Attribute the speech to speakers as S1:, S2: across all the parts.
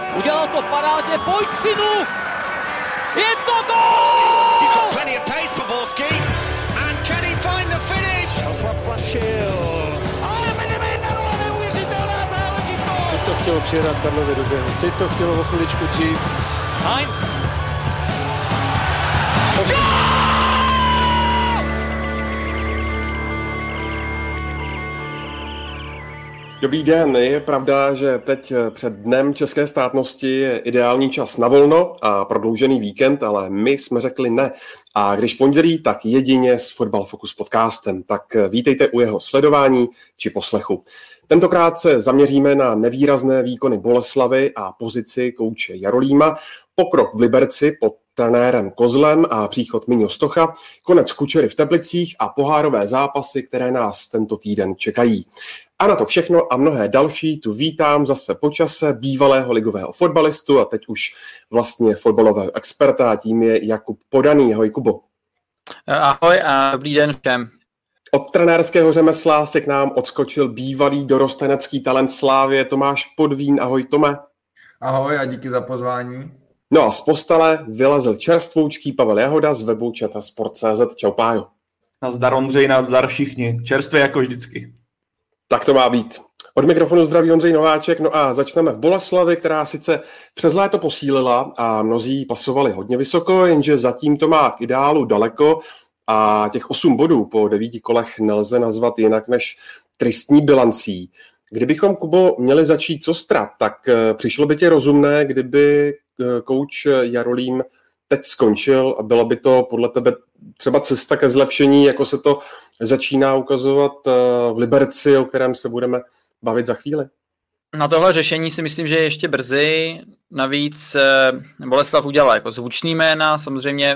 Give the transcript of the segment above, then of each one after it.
S1: Udělal to parádně, pojď synu! Je to gól!
S2: He's got plenty of pace for Borski. And can he find the finish?
S1: Ale Benevenero, neuvěřitelná záležitost!
S3: Teď to chtělo přijedat Karlově do běhu, teď to chtělo o chviličku dřív.
S1: Heinz!
S4: Dobrý den, je pravda, že teď před dnem české státnosti je ideální čas na volno a prodloužený víkend, ale my jsme řekli ne. A když pondělí, tak jedině s Fotbal Focus podcastem. Tak vítejte u jeho sledování či poslechu. Tentokrát se zaměříme na nevýrazné výkony Boleslavy a pozici kouče Jarolíma, pokrok v Liberci pod trenérem Kozlem a příchod Miňo Stocha, konec Kučery v Teplicích a pohárové zápasy, které nás tento týden čekají. A na to všechno a mnohé další tu vítám zase po čase bývalého ligového fotbalistu a teď už vlastně fotbalového experta a tím je Jakub Podaný. Ahoj, Kubo.
S5: Ahoj a dobrý den všem.
S4: Od trenérského řemesla se k nám odskočil bývalý dorostenecký talent Slávie Tomáš Podvín. Ahoj, Tome.
S6: Ahoj a díky za pozvání.
S4: No a z postele vylezl čerstvoučký Pavel Jahoda z webu Četasport.cz. Čau, Pájo.
S7: Nazdar Ondřej, nazdar všichni. Čerstvě jako vždycky.
S4: Tak to má být. Od mikrofonu zdraví Ondřej Nováček, no a začneme v Boleslavi, která sice přes léto posílila a mnozí pasovali hodně vysoko, jenže zatím to má k ideálu daleko a těch 8 bodů po 9 kolech nelze nazvat jinak než tristní bilancí. Kdybychom, Kubo, měli začít z ostra, tak přišlo by ti rozumné, kdyby kouč Jarolím teď skončil a byla by to podle tebe třeba cesta ke zlepšení, jako se to začíná ukazovat v Liberci, o kterém se budeme bavit za chvíli?
S5: Na tohle řešení si myslím, že je ještě brzy. Navíc Boleslav udělal jako zvučný jména, samozřejmě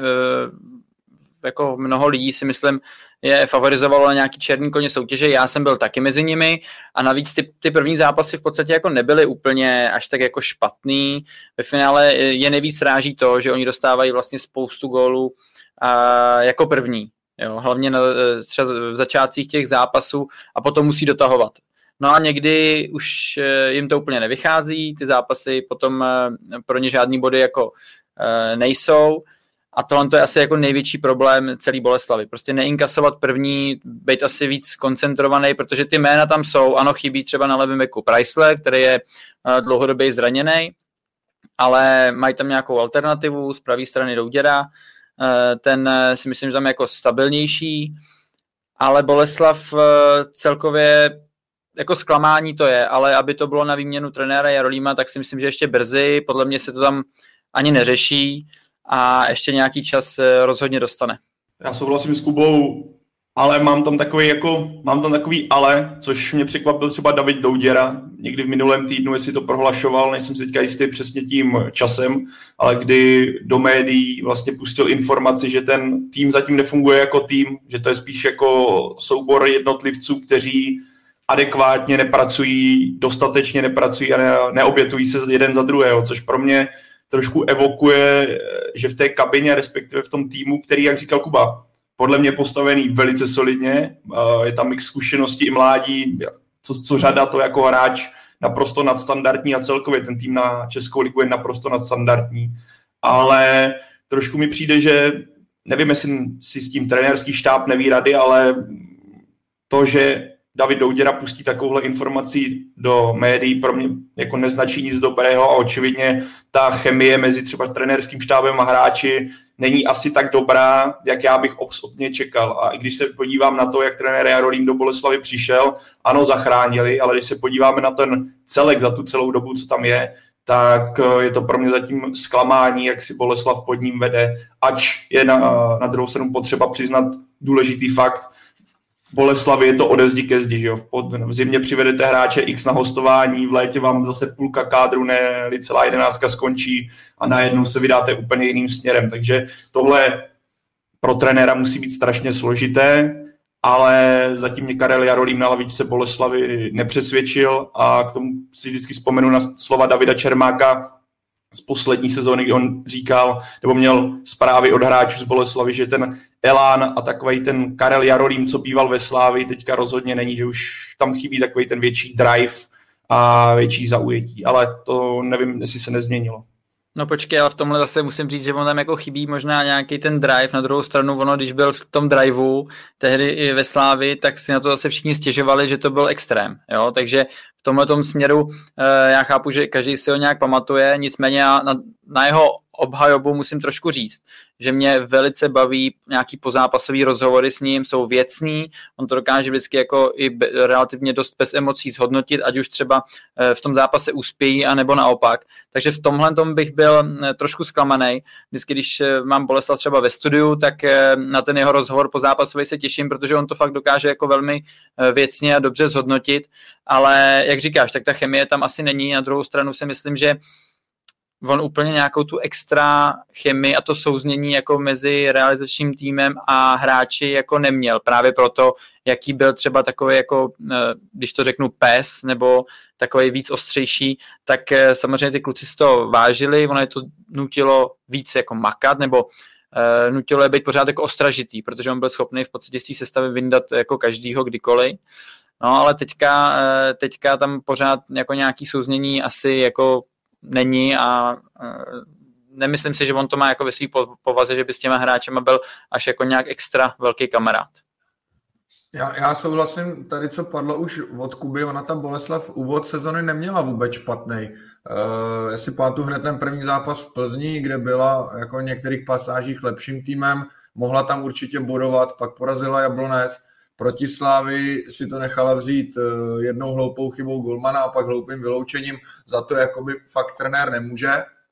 S5: jako mnoho lidí si myslím je favorizovalo na nějaký černý koně soutěže, já jsem byl taky mezi nimi a navíc ty první zápasy v podstatě jako nebyly úplně až tak jako špatný. Ve finále je nejvíc ráží to, že oni dostávají vlastně spoustu gólů jako první, jo? Hlavně třeba v začátcích těch zápasů a potom musí dotahovat. No a někdy už jim to úplně nevychází, ty zápasy potom pro ně žádný body jako nejsou. A tohle je asi jako největší problém celý Boleslavy. Prostě neinkasovat první, být asi víc koncentrovaný, protože ty jména tam jsou. Ano, chybí třeba na levém beku Preissler, který je dlouhodobě zraněný, ale mají tam nějakou alternativu z pravé strany Douděra. Ten si myslím, že tam je jako stabilnější, ale Boleslav celkově jako zklamání to je, ale aby to bylo na výměnu trenéra Jarolíma, tak si myslím, že ještě brzy. Podle mě se to tam ani neřeší a ještě nějaký čas rozhodně dostane.
S7: Já souhlasím s Kubou, ale mám tam takový ale, což mě překvapil třeba David Douděra, někdy v minulém týdnu, jestli to prohlašoval, nejsem si teďka jistý přesně tím časem, ale kdy do médií vlastně pustil informaci, že ten tým zatím nefunguje jako tým, že to je spíš jako soubor jednotlivců, kteří adekvátně nepracují, dostatečně nepracují a neobětují se jeden za druhého, což pro mě trošku evokuje, že v té kabině, respektive v tom týmu, který, jak říkal Kuba, podle mě postavený velice solidně, je tam mix zkušeností i mládí, co řada to jako hráč naprosto nadstandardní a celkově ten tým na Českou ligu je naprosto nadstandardní, ale trošku mi přijde, že nevím, jestli si s tím trenérský štáb neví rady, ale to, že David Douděra pustí takovouhle informaci do médií, pro mě jako neznačí nic dobrého a očividně ta chemie mezi třeba trenérským štábem a hráči není asi tak dobrá, jak já bych osobně čekal. A i když se podívám na to, jak trenér Jarolím do Boleslavy přišel, ano, zachránili, ale když se podíváme na ten celek za tu celou dobu, co tam je, tak je to pro mě zatím zklamání, jak si Boleslav pod ním vede, ač je na druhou stranu potřeba přiznat důležitý fakt, Boleslavy je to ode zdi ke zdi, že jo? V zimě přivedete hráče X na hostování, v létě vám zase půlka kádru, ne celá 11 skončí a najednou se vydáte úplně jiným směrem. Takže tohle pro trenéra musí být strašně složité, ale zatím mě Karel Jarolím na lavičce Boleslavy nepřesvědčil a k tomu si vždycky vzpomenu na slova Davida Čermáka z poslední sezóny, kdy on říkal, nebo měl zprávy od hráčů z Boleslavy, že ten elán a takovej ten Karel Jarolím, co býval ve Slávii, teďka rozhodně není, že už tam chybí takovej ten větší drive a větší zaujetí, ale to nevím, jestli se nezměnilo.
S5: No počkej, ale v tomhle zase musím říct, že on tam jako chybí možná nějaký ten drive. Na druhou stranu ono, když byl v tom driveu tehdy i ve Slávi, tak si na to zase všichni stěžovali, že to byl extrém. Jo? Takže v tomhletom směru já chápu, že každý si ho nějak pamatuje, nicméně já na jeho obhajobu musím trošku říct, že mě velice baví nějaký pozápasový rozhovory s ním, jsou věcný, on to dokáže vždycky jako i relativně dost bez emocí zhodnotit, ať už třeba v tom zápase uspějí, anebo naopak. Takže v tomhle tom bych byl trošku zklamaný. Vždycky, když mám Boleslav třeba ve studiu, tak na ten jeho rozhovor pozápasový se těším, protože on to fakt dokáže jako velmi věcně a dobře zhodnotit, ale jak říkáš, tak ta chemie tam asi není. Na druhou stranu si myslím, že on úplně nějakou tu extra chemii a to souznění jako mezi realizačním týmem a hráči jako neměl. Právě proto, jaký byl třeba takový jako, když to řeknu pes, nebo takový víc ostřejší, tak samozřejmě ty kluci si to vážili, ono je to nutilo víc jako makat, nebo nutilo je být pořád jako ostražitý, protože on byl schopný v podstatě z té sestavy vyndat jako každýho kdykoliv. No ale teďka tam pořád jako nějaký souznění asi jako není a nemyslím si, že on to má jako ve svý povaze, že by s těma hráčema byl až jako nějak extra velký kamarád.
S6: Já souhlasím tady, co padlo už od Kuby, ona ta Boleslav úvod sezony neměla vůbec špatný. Já si pamatuju hned ten první zápas v Plzni, kde byla jako v některých pasážích lepším týmem, mohla tam určitě bodovat, pak porazila Jablonec. Proti Slávy si to nechala vzít jednou hloupou chybou golmana a pak hloupým vyloučením, za to jakoby fakt trenér nemůže.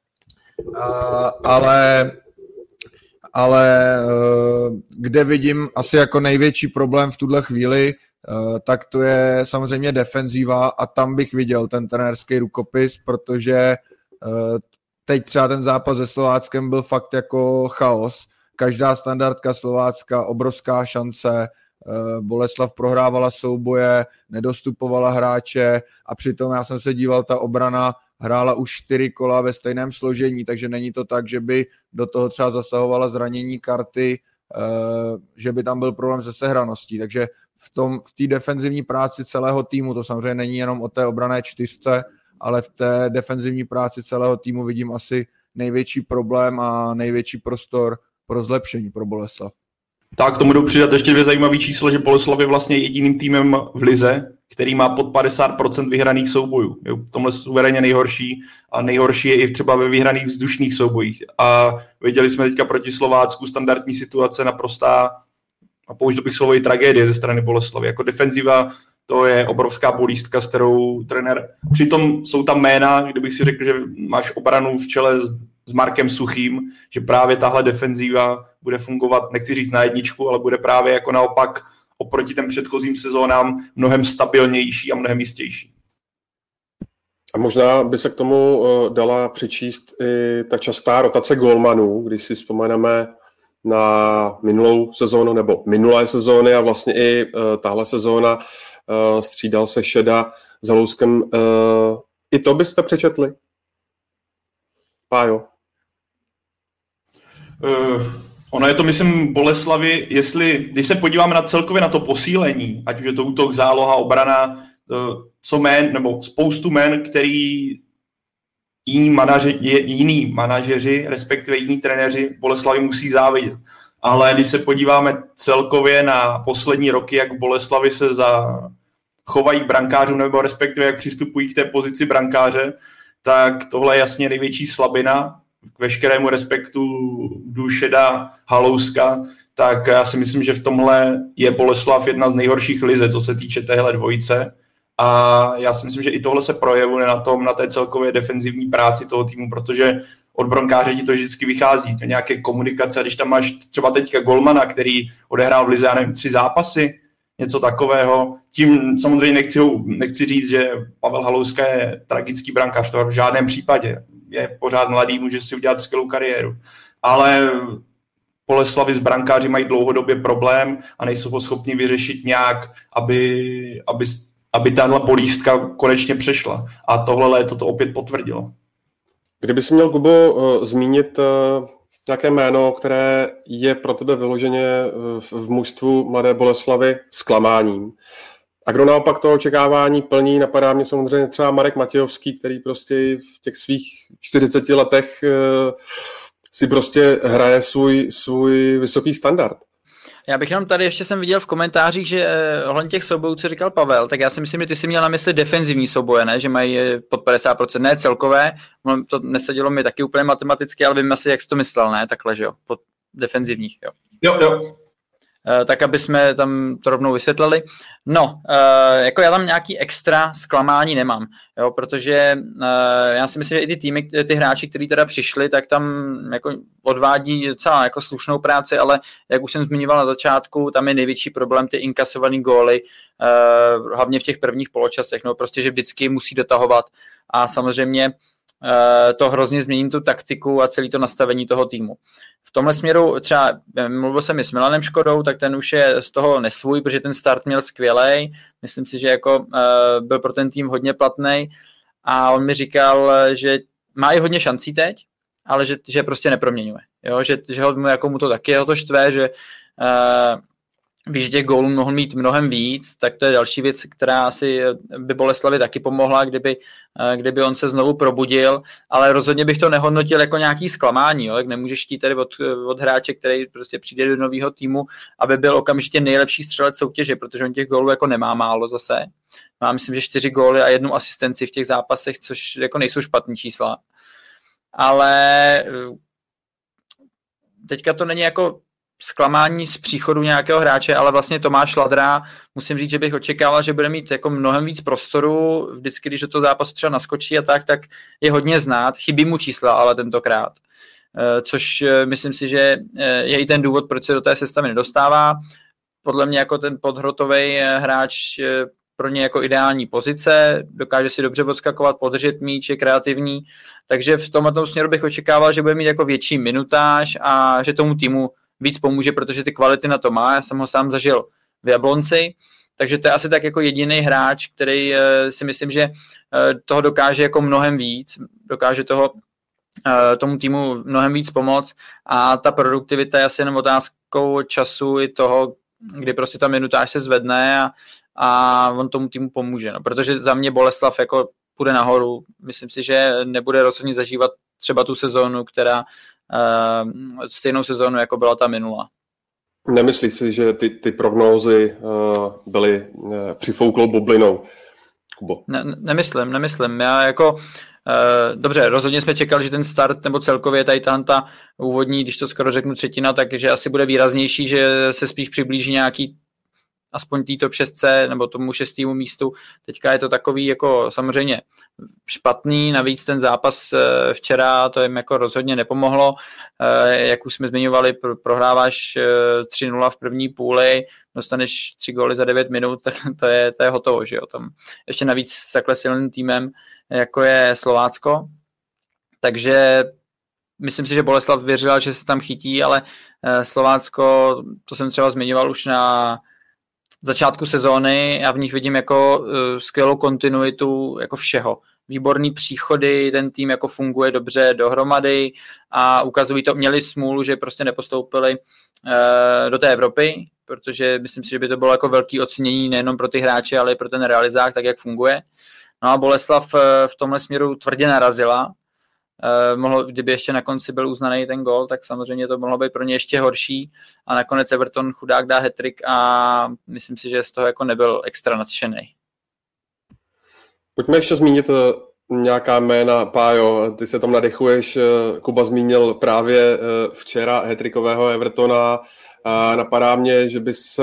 S6: Ale kde vidím asi jako největší problém v tuhle chvíli, tak to je samozřejmě defenzíva a tam bych viděl ten trenérský rukopis, protože teď třeba ten zápas se Slováckem byl fakt jako chaos. Každá standardka Slovácka, obrovská šance, Boleslav prohrávala souboje, nedostupovala hráče a přitom já jsem se díval, ta obrana hrála už 4 kola ve stejném složení, takže není to tak, že by do toho třeba zasahovala zranění karty, že by tam byl problém se sehraností, takže v té defenzivní práci celého týmu, to samozřejmě není jenom o té obranné čtyřce, ale v té defenzivní práci celého týmu vidím asi největší problém a největší prostor pro zlepšení pro Boleslav.
S7: Tak, k tomu jdou přidat ještě 2 zajímavé čísla, že Boleslav je vlastně jediným týmem v lize, který má pod 50% vyhraných soubojů. Je v tomhle suverénně nejhorší a nejhorší je i třeba ve vyhraných vzdušných soubojích. A viděli jsme teďka proti Slovácku standardní situace naprostá, a použil bych slovo i tragédie ze strany Boleslavy. Jako defenziva to je obrovská bolístka, s kterou trenér... Přitom jsou tam jména, kdybych si řekl, že máš obranu v čele s Markem Suchým, že právě tahle defenziva bude fungovat, nechci říct na jedničku, ale bude právě jako naopak oproti těm předchozím sezónám mnohem stabilnější a mnohem jistější.
S4: A možná by se k tomu dala přičíst i ta častá rotace gólmanů, když si vzpomeneme na minulou sezónu nebo minulé sezóny a vlastně i tahle sezóna střídal se Šeda s Halouskem. I to byste přečetli? Pájo?
S7: Ono je to, myslím, Boleslavy, když se podíváme na celkově na to posílení, ať už je to útok, záloha, obrana, co jmén, nebo spoustu jmén, který jiní manažeři, respektive jiní trenéři Boleslavy musí závidět. Ale když se podíváme celkově na poslední roky, jak Boleslavy se chovají k brankářům, nebo respektive jak přistupují k té pozici brankáře, tak tohle je jasně největší slabina k veškerému respektu Šeda, Halouska, tak já si myslím, že v tomhle je Boleslav jedna z nejhorších lize, co se týče téhle dvojice. A já si myslím, že i tohle se projevuje na té celkové defenzivní práci toho týmu, protože od brankáře ti to vždycky vychází, to nějaké komunikace, když tam máš třeba teďka golmana, který odehrál v lize, já nevím, 3 zápasy, něco takového. Tím samozřejmě nechci říct, že Pavel Halouska je tragický brankář, to v žádném případě. Je pořád mladý, může si udělat skvělou kariéru. Ale Boleslavy s brankáři mají dlouhodobě problém a nejsou ho schopni vyřešit nějak, aby tahle bolístka konečně přešla. A tohle léto to opět potvrdilo.
S4: Kdyby si měl, Kubo, zmínit nějaké jméno, které je pro tebe vyloženě v mužstvu Mladé Boleslavy zklamáním, A kdo naopak to očekávání plní, napadá mě samozřejmě třeba Marek Matějovský, který prostě v těch svých 40 letech si prostě hraje svůj vysoký standard.
S5: Já bych jenom tady ještě jsem viděl v komentářích, že ohledně těch soubojů, co říkal Pavel, tak já si myslím, že ty jsi měl na mysli defenzivní souboje, ne? Že mají pod 50%, ne celkové, to nesedělo mi taky úplně matematicky, ale vím asi, jak jsi to myslel, ne? Takhle, že jo, pod defenzivních, jo.
S7: Jo.
S5: Tak, aby jsme tam to rovnou vysvětlili. No, jako já tam nějaký extra zklamání nemám, jo, protože já si myslím, že i ty týmy, ty hráči, kteří teda přišli, tak tam jako odvádí docela jako slušnou práci, ale jak už jsem zmiňoval na začátku, tam je největší problém ty inkasovaný góly, hlavně v těch prvních poločasech, no prostě, že vždycky musí dotahovat a samozřejmě to hrozně změní tu taktiku a celé to nastavení toho týmu. V tomhle směru třeba mluvil jsem i s Milanem Škodou, tak ten už je z toho nesvůj, protože ten start měl skvělej. Myslím si, že jako byl pro ten tým hodně platný a on mi říkal, že má i hodně šancí teď, ale že prostě neproměňuje. Jo? Že mu to taky ho to štve, že víš, že těch gólů mohl mít mnohem víc, tak to je další věc, která asi by Boleslavi taky pomohla, kdyby on se znovu probudil, ale rozhodně bych to nehodnotil jako nějaký zklamání, jo? Jak nemůžeš chtít tady od hráče, který prostě přijde do nového týmu, aby byl okamžitě nejlepší střelec soutěže, protože on těch gólů jako nemá málo zase. Má myslím, že 4 góly a 1 asistenci v těch zápasech, což jako nejsou špatný čísla. Ale teďka to není jako zklamání z příchodu nějakého hráče, ale vlastně Tomáš Ladra, musím říct, že bych očekával, že bude mít jako mnohem víc prostoru, vždycky, když do toho zápasu třeba naskočí a tak je hodně znát, chybí mu čísla, ale tentokrát. Což myslím si, že je i ten důvod, proč se do té sestavy nedostává. Podle mě jako ten podhrotový hráč pro ně jako ideální pozice, dokáže si dobře odskakovat, podržet míč, je kreativní, takže v tomto směru bych očekával, že bude mít jako větší minutáž a že tomu týmu víc pomůže, protože ty kvality na to má. Já jsem ho sám zažil v Jablonci, takže to je asi tak jako jediný hráč, který si myslím, že toho dokáže jako mnohem víc, dokáže tomu týmu mnohem víc pomoct a ta produktivita je asi jenom otázkou času i toho, kdy prostě ta minutáž se zvedne a on tomu týmu pomůže. No, protože za mě Boleslav jako půjde nahoru. Myslím si, že nebude rozhodně zažívat třeba tu sezónu, která stejnou sezónu, jako byla ta minulá.
S4: Nemyslíš si, že ty prognózy byly přifouklou bublinou, Kubo?
S5: Nemyslím. Já jako dobře, rozhodně jsme čekali, že ten start nebo celkově tady ta úvodní, když to skoro řeknu třetina, takže asi bude výraznější, že se spíš přiblíží nějaký aspoň tý top 6 nebo tomu 6. místu. Teďka je to takový jako samozřejmě špatný, navíc ten zápas včera to jim jako rozhodně nepomohlo. Jak už jsme zmiňovali, prohráváš 3-0 v první půli, dostaneš 3 góly za 9 minut, tak to je hotovo, že jo. Tam ještě navíc s takhle silným týmem, jako je Slovácko. Takže myslím si, že Boleslav věřila, že se tam chytí, ale Slovácko, to jsem třeba zmiňoval už na začátku sezóny a v nich vidím jako skvělou kontinuitu jako všeho. Výborný příchody, ten tým jako funguje dobře dohromady a ukazují to, měli smůlu, že prostě nepostoupili do té Evropy, protože myslím si, že by to bylo jako velký ocenění nejenom pro ty hráče, ale i pro ten realizák, tak jak funguje. No a Boleslav v tomhle směru tvrdě narazila. Kdyby ještě na konci byl uznaný ten gól, tak samozřejmě to mohlo být pro ně ještě horší a nakonec Everton chudák dá hat-trick a myslím si, že z toho jako nebyl extra nadšený.
S4: Pojďme ještě zmínit nějaká jména. Pájo, ty se tam nadechuješ, Kuba zmínil právě včera hat-trickového Evertona. Napadá mě, že by se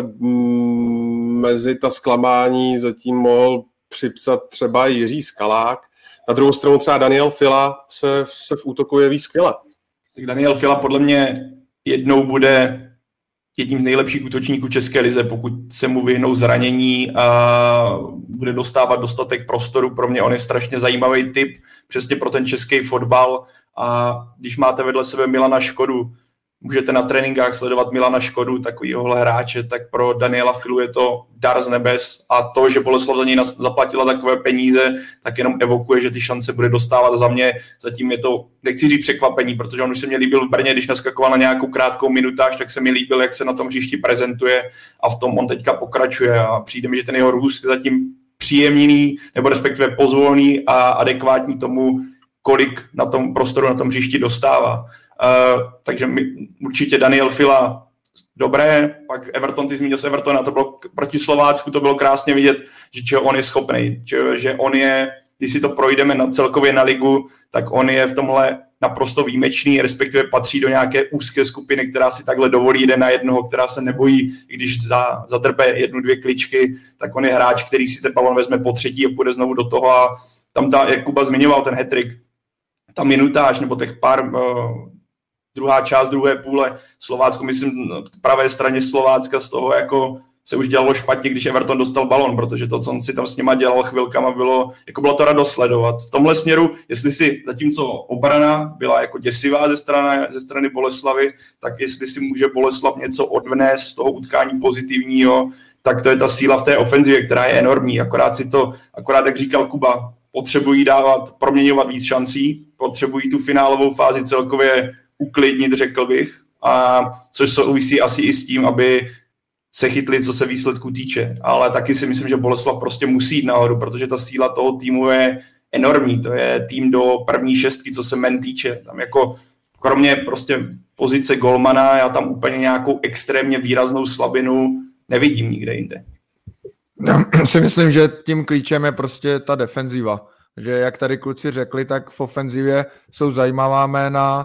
S4: mezi ta zklamání zatím mohl připsat třeba Jiří Skalák. Na druhou stranu třeba Daniel Fila se v útoku jeví skvěle.
S7: Tak Daniel Fila podle mě jednou bude jedním z nejlepších útočníků České lize, pokud se mu vyhnou zranění a bude dostávat dostatek prostoru. Pro mě on je strašně zajímavý typ, přesně pro ten český fotbal. A když máte vedle sebe Milana Škodu, můžete na tréninkách sledovat Milana Škodu, takovýhohle hráče, tak pro Daniela Filu je to dar z nebes a to, že Boleslav za něj zaplatila takové peníze, tak jenom evokuje, že ty šance bude dostávat a za mě zatím je to, nechci říct překvapení, protože on už se mě líbil v Brně, když naskakoval na nějakou krátkou minutáž, tak se mi líbil, jak se na tom hřišti prezentuje a v tom on teďka pokračuje a přijde mi, že ten jeho růst je zatím příjemný, nebo respektive pozvolný a adekvátní tomu, kolik na tom prostoru, na tom hřišti dostává. Takže určitě Daniel Fila dobré, pak Everton, ty zmínil se Evertona, to bylo proti Slovácku, to bylo krásně vidět, že čeho on je schopný, že on je, když si to projdeme celkově na ligu, tak on je v tomhle naprosto výjimečný, respektive patří do nějaké úzké skupiny, která si takhle dovolí 1 na 1, která se nebojí, když zadrbe 1-2 kličky, tak on je hráč, který si ten balon vezme po třetí a půjde znovu do toho a tam jak Kuba zmiňoval ten hat-trick, ta minutáž nebo těch pár druhá část, druhé půle Slovácko, myslím, pravé straně Slovácka z toho jako se už dělalo špatně, když Everton dostal balon, protože to, co on si tam s nima dělal chvilkama, byla to radost sledovat. V tomhle směru, jestli si zatímco obrana byla jako děsivá ze strany Boleslavy, tak jestli si může Boleslav něco odvnést z toho utkání pozitivního, tak to je ta síla v té ofenzivě, která je enormní. Akorát jak říkal Kuba, potřebují proměňovat víc šancí, potřebují tu finálovou fázi celkově uklidnit, řekl bych, a což souvisí asi i s tím, aby se chytli, co se výsledku týče. Ale taky si myslím, že Boleslav prostě musí jít nahoru, protože ta síla toho týmu je enormní. To je tým do první šestky, co se men týče. Tam jako kromě prostě pozice golmana, já tam úplně nějakou extrémně výraznou slabinu nevidím nikde jinde.
S6: Já si myslím, že tím klíčem je prostě ta defenziva. Že jak tady kluci řekli, tak v ofenzivě jsou zajímavá jména,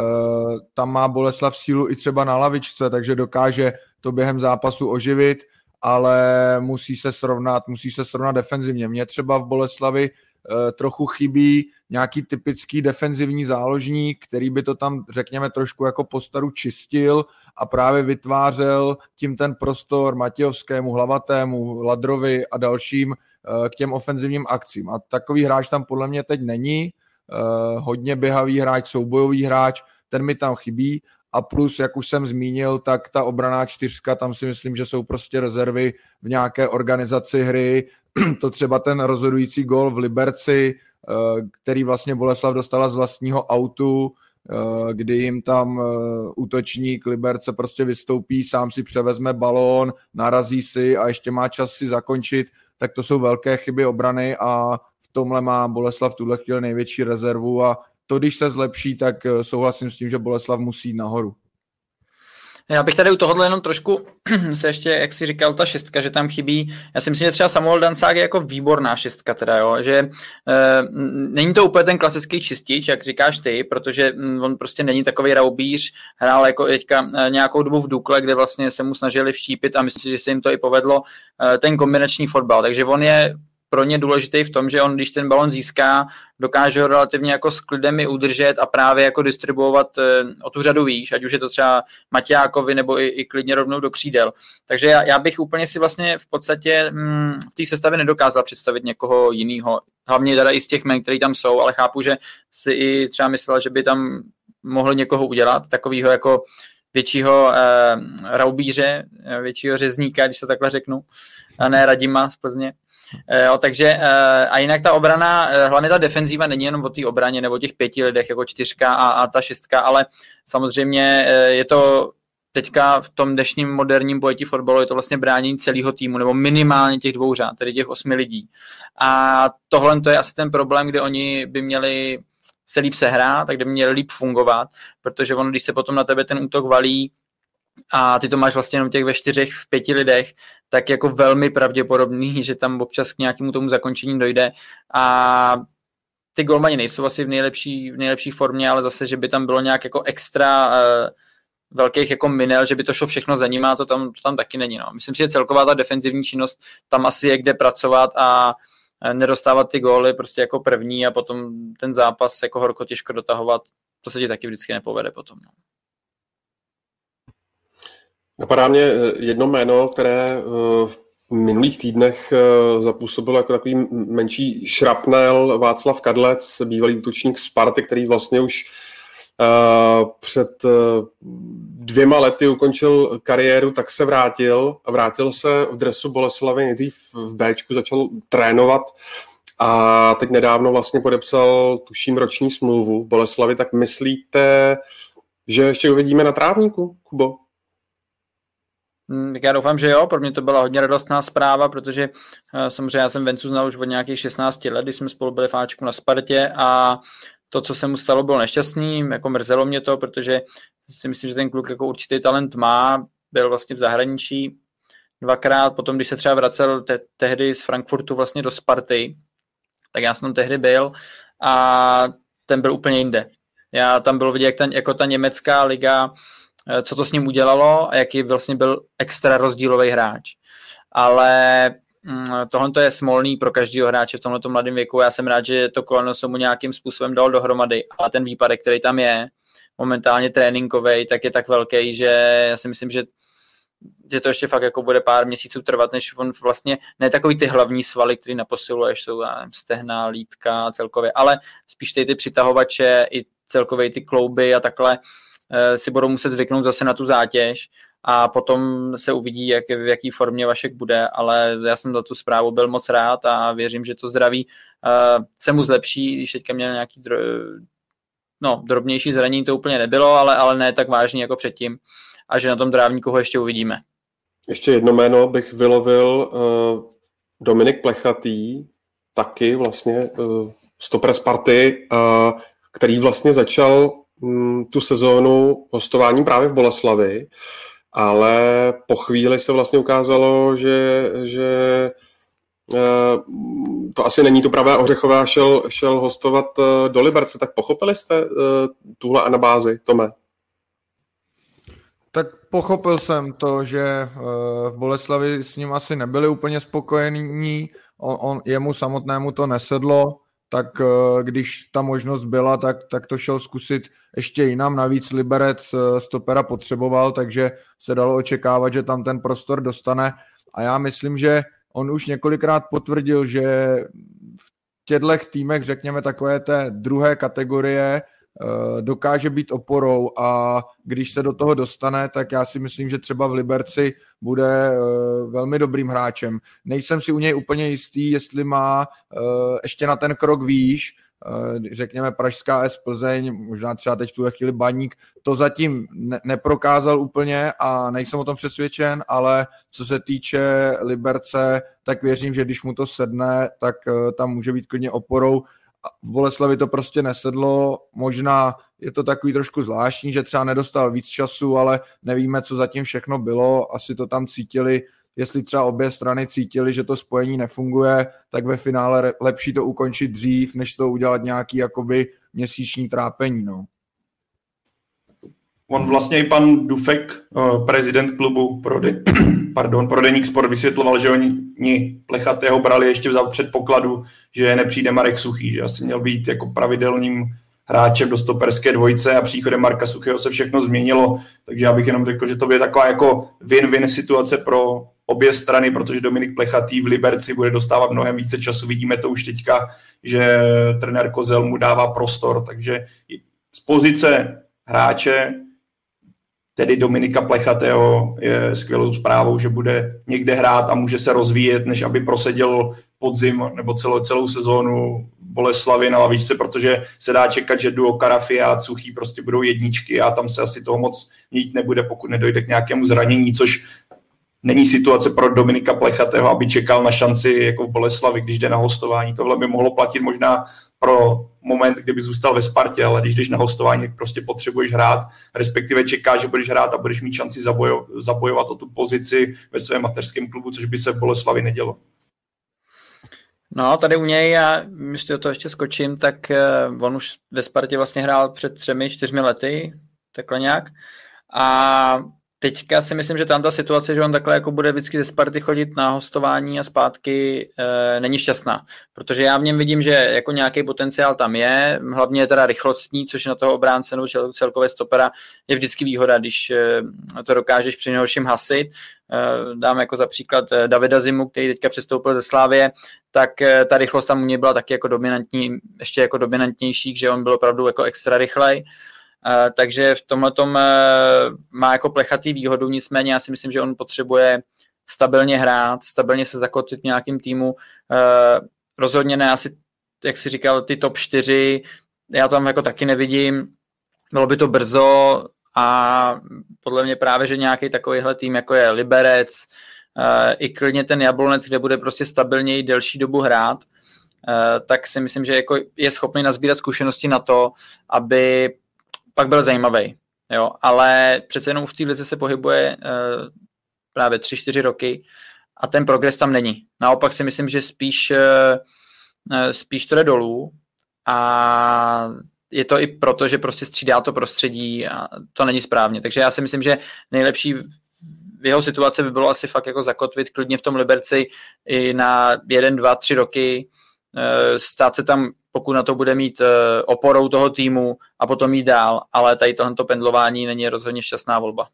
S6: tam má Boleslav sílu i třeba na lavičce, takže dokáže to během zápasu oživit, ale musí se srovnat defenzivně. Mně třeba v Boleslavi trochu chybí nějaký typický defenzivní záložník, který by to tam, řekněme, trošku jako po staru čistil a právě vytvářel tím ten prostor Matějovskému, Hlavatému, Ladrovi a dalším k těm ofenzivním akcím. A takový hráč tam podle mě teď není. Hodně běhavý hráč, soubojový hráč, ten mi tam chybí a plus, jak už jsem zmínil, tak ta obranná čtyřka, tam si myslím, že jsou prostě rezervy v nějaké organizaci hry, to třeba ten rozhodující gól v Liberci, který vlastně Boleslav dostala z vlastního autu, kdy jim tam útočník Liberce prostě vystoupí, sám si převezme balón, narazí si a ještě má čas si zakončit, tak to jsou velké chyby obrany a v tomhle má Boleslav v tuhle chvíli největší rezervu a to, když se zlepší, tak souhlasím s tím, že Boleslav musí jít nahoru.
S5: Já bych tady u tohohle jenom trošku se ještě, jak jsi říkal, ta šestka, že tam chybí. Já si myslím, že třeba Samuel Dancák je jako výborná šestka teda, jo, že není to úplně ten klasický čistič, jak říkáš ty, protože on prostě není takový raubíř, hrál jako teďka nějakou dobu v Dukle, kde vlastně se mu snažili vštípit a myslím si, že se jim to i povedlo, ten kombinační fotbal, takže on je pro ně důležitý v tom, že on, když ten balon získá, dokáže ho relativně jako s klidem i udržet a právě jako distribuovat o tu řadu výš, ať už je to třeba Maťákovi nebo i klidně rovnou do křídel. Takže já bych úplně si vlastně v podstatě v té sestavě nedokázal představit někoho jiného. Hlavně teda i z těch men, který tam jsou, ale chápu, že si i třeba myslel, že by tam mohl někoho udělat, takového jako většího raubíře, většího řezníka, když to takhle řeknu, a ne Radima z Plzně. Takže a jinak ta obrana, hlavně ta defenzíva není jenom o té obraně nebo o těch 5 lidech jako 4 a ta 6, ale samozřejmě je to teďka v tom dnešním moderním pojetí fotbalu je to vlastně bránění celého týmu nebo minimálně těch 2 řád, tedy těch 8 lidí. A tohle to je asi ten problém, kde oni by měli se líp sehrát, tak kde by měli líp fungovat, protože ono, když se potom na tebe ten útok valí a ty to máš vlastně jenom těch ve 4, v 5 lidech, tak jako velmi pravděpodobný, že tam občas k nějakému tomu zakončení dojde a ty golmani nejsou asi v nejlepší formě, ale zase, že by tam bylo nějak jako extra velkých jako minel, že by to šlo všechno za nima, to tam taky není. No. Myslím si, že celková ta defenzivní činnost tam asi je kde pracovat a nedostávat ty góly prostě jako první a potom ten zápas jako horko těžko dotahovat, to se ti taky vždycky nepovede potom. No.
S4: Napadá mě jedno jméno, které v minulých týdnech zapůsobilo jako takový menší šrapnel, Václav Kadlec, bývalý útočník Sparty, který vlastně už před 2 lety ukončil kariéru, tak se vrátil se v dresu Boleslavy, nejdřív v Bčku začal trénovat a teď nedávno vlastně podepsal, tuším, roční smlouvu v Boleslavi. Tak myslíte, že ještě uvidíme na trávníku, Kubo?
S5: Tak já doufám, že jo, pro mě to byla hodně radostná zpráva, protože samozřejmě já jsem Vencu znal už od nějakých 16 let, když jsme spolu byli v Ačku na Spartě a to, co se mu stalo, bylo nešťastný, jako mrzelo mě to, protože si myslím, že ten kluk jako určitý talent má, byl vlastně v zahraničí 2krát, potom když se třeba vracel tehdy z Frankfurtu vlastně do Sparty, tak já jsem tam tehdy byl a ten byl úplně jinde. Já tam bylo vidět, jako ta německá liga, co to s ním udělalo a jaký vlastně byl extra rozdílový hráč. Ale tohle je smolný pro každého hráče v tomto mladém věku. Já jsem rád, že to koleno se mu nějakým způsobem dal dohromady, ale ten výpadek, který tam je, momentálně tréninkovej, tak je tak velký, že já si myslím, že to ještě fakt jako bude pár měsíců trvat, než on vlastně, ne takový ty hlavní svaly, který naposiluješ, jsou stehna, lítka celkově, ale spíš ty přitahovače i celkově ty klouby a takhle si budou muset zvyknout zase na tu zátěž a potom se uvidí, v jaký formě Vašek bude, ale já jsem za tu zprávu byl moc rád a věřím, že to zdraví se mu zlepší, když teďka měl nějaký drobnější zranění, to úplně nebylo, ale ne tak vážný jako předtím a že na tom trávníku ho ještě uvidíme.
S4: Ještě jedno jméno bych vylovil, Dominik Plechatý, taky vlastně stoper Sparty, který vlastně začal tu sezónu hostování právě v Boleslavi, ale po chvíli se vlastně ukázalo, že to asi není to pravé ořechové a šel hostovat do Liberce. Tak pochopili jste tuhle anabázi, Tome?
S6: Tak pochopil jsem to, že v Boleslavi s ním asi nebyli úplně spokojení, jemu samotnému to nesedlo, tak když ta možnost byla, tak to šel zkusit ještě jinam. Navíc Liberec stopera potřeboval, takže se dalo očekávat, že tam ten prostor dostane. A já myslím, že on už několikrát potvrdil, že v těchto týmech, řekněme takové té druhé kategorie, dokáže být oporou a když se do toho dostane, tak já si myslím, že třeba v Liberci bude velmi dobrým hráčem. Nejsem si u něj úplně jistý, jestli má ještě na ten krok výš, řekněme pražská AS Plzeň, možná třeba teď v tuhle chvíli Baník, to zatím neprokázal úplně a nejsem o tom přesvědčen, ale co se týče Liberce, tak věřím, že když mu to sedne, tak tam může být klidně oporou. V Boleslavi to prostě nesedlo, možná je to takový trošku zvláštní, že třeba nedostal víc času, ale nevíme, co zatím všechno bylo, asi to tam cítili, jestli třeba obě strany cítili, že to spojení nefunguje, tak ve finále lepší to ukončit dřív, než to udělat nějaký jakoby měsíční trápení, no.
S7: On vlastně i pan Dufek, prezident klubu pro Deník Sport, vysvětloval, že oni Plechatého brali ještě za předpokladu, že nepřijde Marek Suchý, že asi měl být jako pravidelným hráčem do stoperské dvojice a příchodem Marka Suchého se všechno změnilo, takže já bych jenom řekl, že to bude taková jako win-win situace pro obě strany, protože Dominik Plechatý v Liberci bude dostávat mnohem více času, vidíme to už teďka, že trenér Kozel mu dává prostor, takže z pozice hráče tedy Dominika Plechatého je skvělou zprávou, že bude někde hrát a může se rozvíjet, než aby proseděl podzim nebo celou sezónu Boleslavy na lavičce, protože se dá čekat, že duo Karafia a Suchý prostě budou jedničky a tam se asi toho moc měnit nebude, pokud nedojde k nějakému zranění, což není situace pro Dominika Plechatého, aby čekal na šanci jako v Boleslavi, když jde na hostování. Tohle by mohlo platit možná pro moment, kdyby zůstal ve Spartě, ale když jdeš na hostování, tak prostě potřebuješ hrát, respektive čekáš, že budeš hrát a budeš mít šanci zabojovat o tu pozici ve svém mateřském klubu, což by se v Boleslavi nedělo.
S5: No, tady u něj, já myslím, to ještě skočím, tak on už ve Spartě vlastně hrál před 3-4 lety, takhle nějak. A teďka si myslím, že tam ta situace, že on takhle jako bude vždycky ze Sparty chodit na hostování a zpátky, není šťastná. Protože já v něm vidím, že jako nějaký potenciál tam je, hlavně je teda rychlostní, což na toho obránce nebo celkově stopera je vždycky výhoda, když to dokážeš při nejhorším hasit. Dám jako za příklad Davida Zimu, který teďka přestoupil ze Slávie, tak ta rychlost tam u něj byla taky jako dominantní, ještě jako dominantnější, že on byl opravdu jako extra rychlej. takže v tomhletom má jako plechatý výhodu, nicméně já si myslím, že on potřebuje stabilně hrát, stabilně se zakotvit v nějakým týmu, rozhodně ne asi, jak jsi říkal, ty top 4, já tam jako taky nevidím, bylo by to brzo a podle mě právě, že nějaký takovýhle tým, jako je Liberec, i klidně ten Jablonec, kde bude prostě stabilněji delší dobu hrát, tak si myslím, že jako je schopný nazbírat zkušenosti na to, aby pak byl zajímavý. Jo? Ale přece jenom v té lize se pohybuje právě 3-4 roky a ten progres tam není. Naopak si myslím, že spíš to jde dolů a je to i proto, že prostě střídá to prostředí a to není správně. Takže já si myslím, že nejlepší v jeho situaci by bylo asi fakt jako zakotvit klidně v tom Liberci i na 1, 2, 3 roky, stát se tam, pokud na to bude mít oporou toho týmu a potom jít dál, ale tady tohleto pendlování není rozhodně šťastná volba.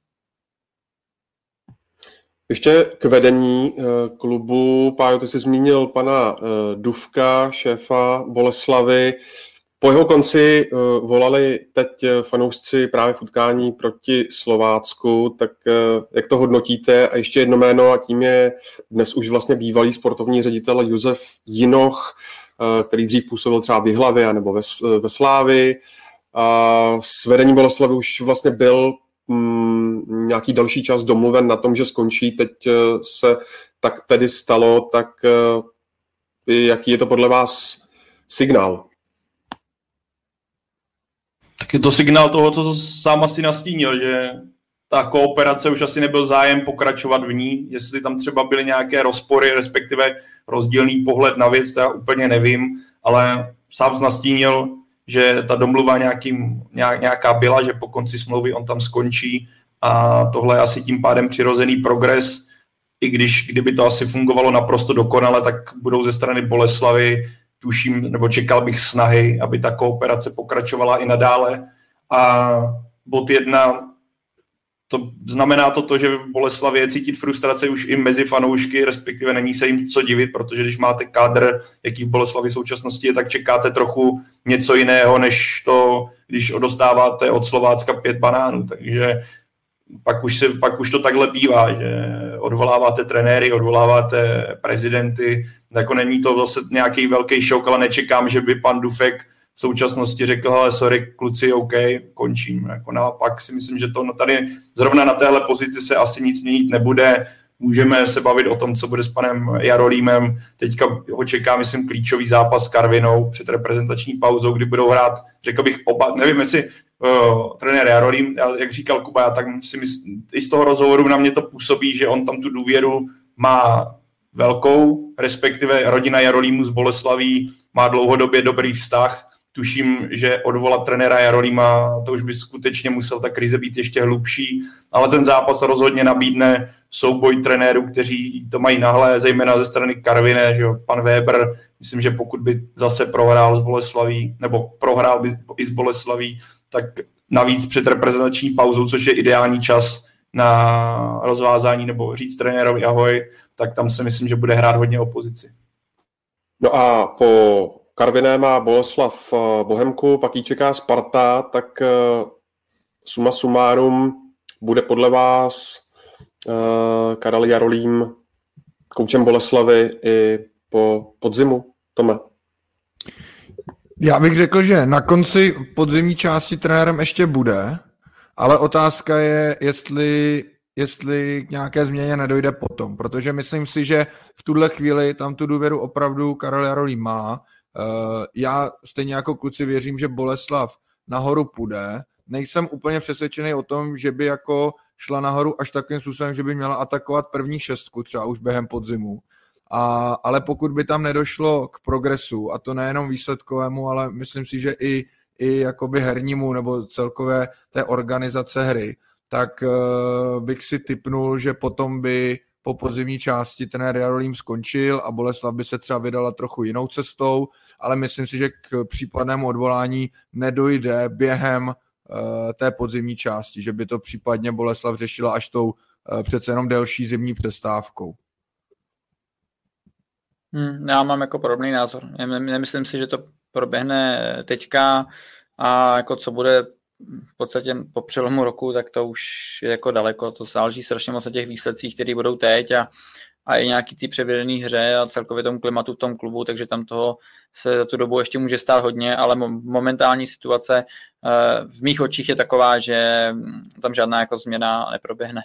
S4: Ještě k vedení klubu. Pájo, ty jsi zmínil pana Dufka, šéfa Boleslavy. Po jeho konci volali teď fanoušci právě v utkání proti Slovácku, tak jak to hodnotíte? A ještě jedno jméno a tím je dnes už vlastně bývalý sportovní ředitel Josef Jinoch, který dřív působil třeba v Jihlavě nebo ve Slávii. A s vedením Boleslavy už vlastně byl nějaký další čas domluven na tom, že skončí. Teď se tak tedy stalo, tak jaký je to podle vás signál?
S7: Tak je to signál toho, co sám asi nastínil, že ta kooperace už asi nebyl zájem pokračovat v ní, jestli tam třeba byly nějaké rozpory, respektive rozdílný pohled na věc, to já úplně nevím, ale sám nastínil, že ta domluva nějaká byla, že po konci smlouvy on tam skončí a tohle je asi tím pádem přirozený progres, i kdyby to asi fungovalo naprosto dokonale, tak budou ze strany Boleslavy, tuším, nebo čekal bych snahy, aby ta kooperace pokračovala i nadále. A bod 1, to znamená to, že v Boleslavě je cítit frustrace už i mezi fanoušky, respektive není se jim co divit, protože když máte kádr, jaký v Boleslavi v současnosti je, tak čekáte trochu něco jiného, než to, když dostáváte od Slovácka 5 banánů. Takže pak už to takhle bývá, že odvoláváte trenéry, odvoláváte prezidenty, jako není to zase nějaký velký šok, ale nečekám, že by pan Dufek v současnosti řekl, hele, sorry, kluci, OK, končím. Jako naopak si myslím, že to tady zrovna na téhle pozici se asi nic měnit nebude. Můžeme se bavit o tom, co bude s panem Jarolímem. Teďka ho čeká, myslím, klíčový zápas s Karvinou před reprezentační pauzou, kdy budou hrát, řekl bych, oba, nevím, jestli trenér Jarolím, jak říkal Kuba, já tak si myslím, i z toho rozhovoru na mě to působí, že on tam tu důvěru má velkou, respektive rodina Jarolímu z Boleslaví má dlouhodobě dobrý vztah. Tuším, že odvolat trenéra Jarolíma, to už by skutečně musel ta krize být ještě hlubší, ale ten zápas rozhodně nabídne souboj trenérů, kteří to mají nahlé, zejména ze strany Karviné, že jo, pan Weber, myslím, že pokud by zase prohrál z Boleslaví, nebo prohrál by i z Boleslaví, tak navíc před reprezentační pauzou, což je ideální čas na rozvázání nebo říct trenérovi ahoj, tak tam si myslím, že bude hrát hodně opozici.
S4: No a po Karviné má Boleslav Bohemku, pak jí čeká Sparta, tak suma sumárum bude podle vás Karel Jarolím koučem Boleslavy i po podzimu, Tome?
S6: Já bych řekl, že na konci podzimní části trenérem ještě bude, ale otázka je, jestli k nějaké změně nedojde potom, protože myslím si, že v tuhle chvíli tam tu důvěru opravdu Karel Jarolím má. Já stejně jako kluci věřím, že Boleslav nahoru půjde. Nejsem úplně přesvědčený o tom, že by jako šla nahoru až takovým způsobem, že by měla atakovat první šestku, třeba už během podzimu. Ale pokud by tam nedošlo k progresu, a to nejenom výsledkovému, ale myslím si, že i jakoby hernímu nebo celkové té organizace hry, tak bych si tipnul, že potom by po podzimní části trenér Jarolím skončil a Boleslav by se třeba vydala trochu jinou cestou, ale myslím si, že k případnému odvolání nedojde během té podzimní části, že by to případně Boleslav řešila až tou přece jenom delší zimní přestávkou.
S5: Já mám jako podobný názor. Nemyslím si, že to proběhne teďka a jako co bude v podstatě po přelomu roku, tak to už je jako daleko, to záleží strašně moc na těch výsledcích, které budou teď a i nějaký ty převedený hře a celkově tomu klimatu v tom klubu, takže tam toho se za tu dobu ještě může stát hodně, ale momentální situace v mých očích je taková, že tam žádná jako změna neproběhne.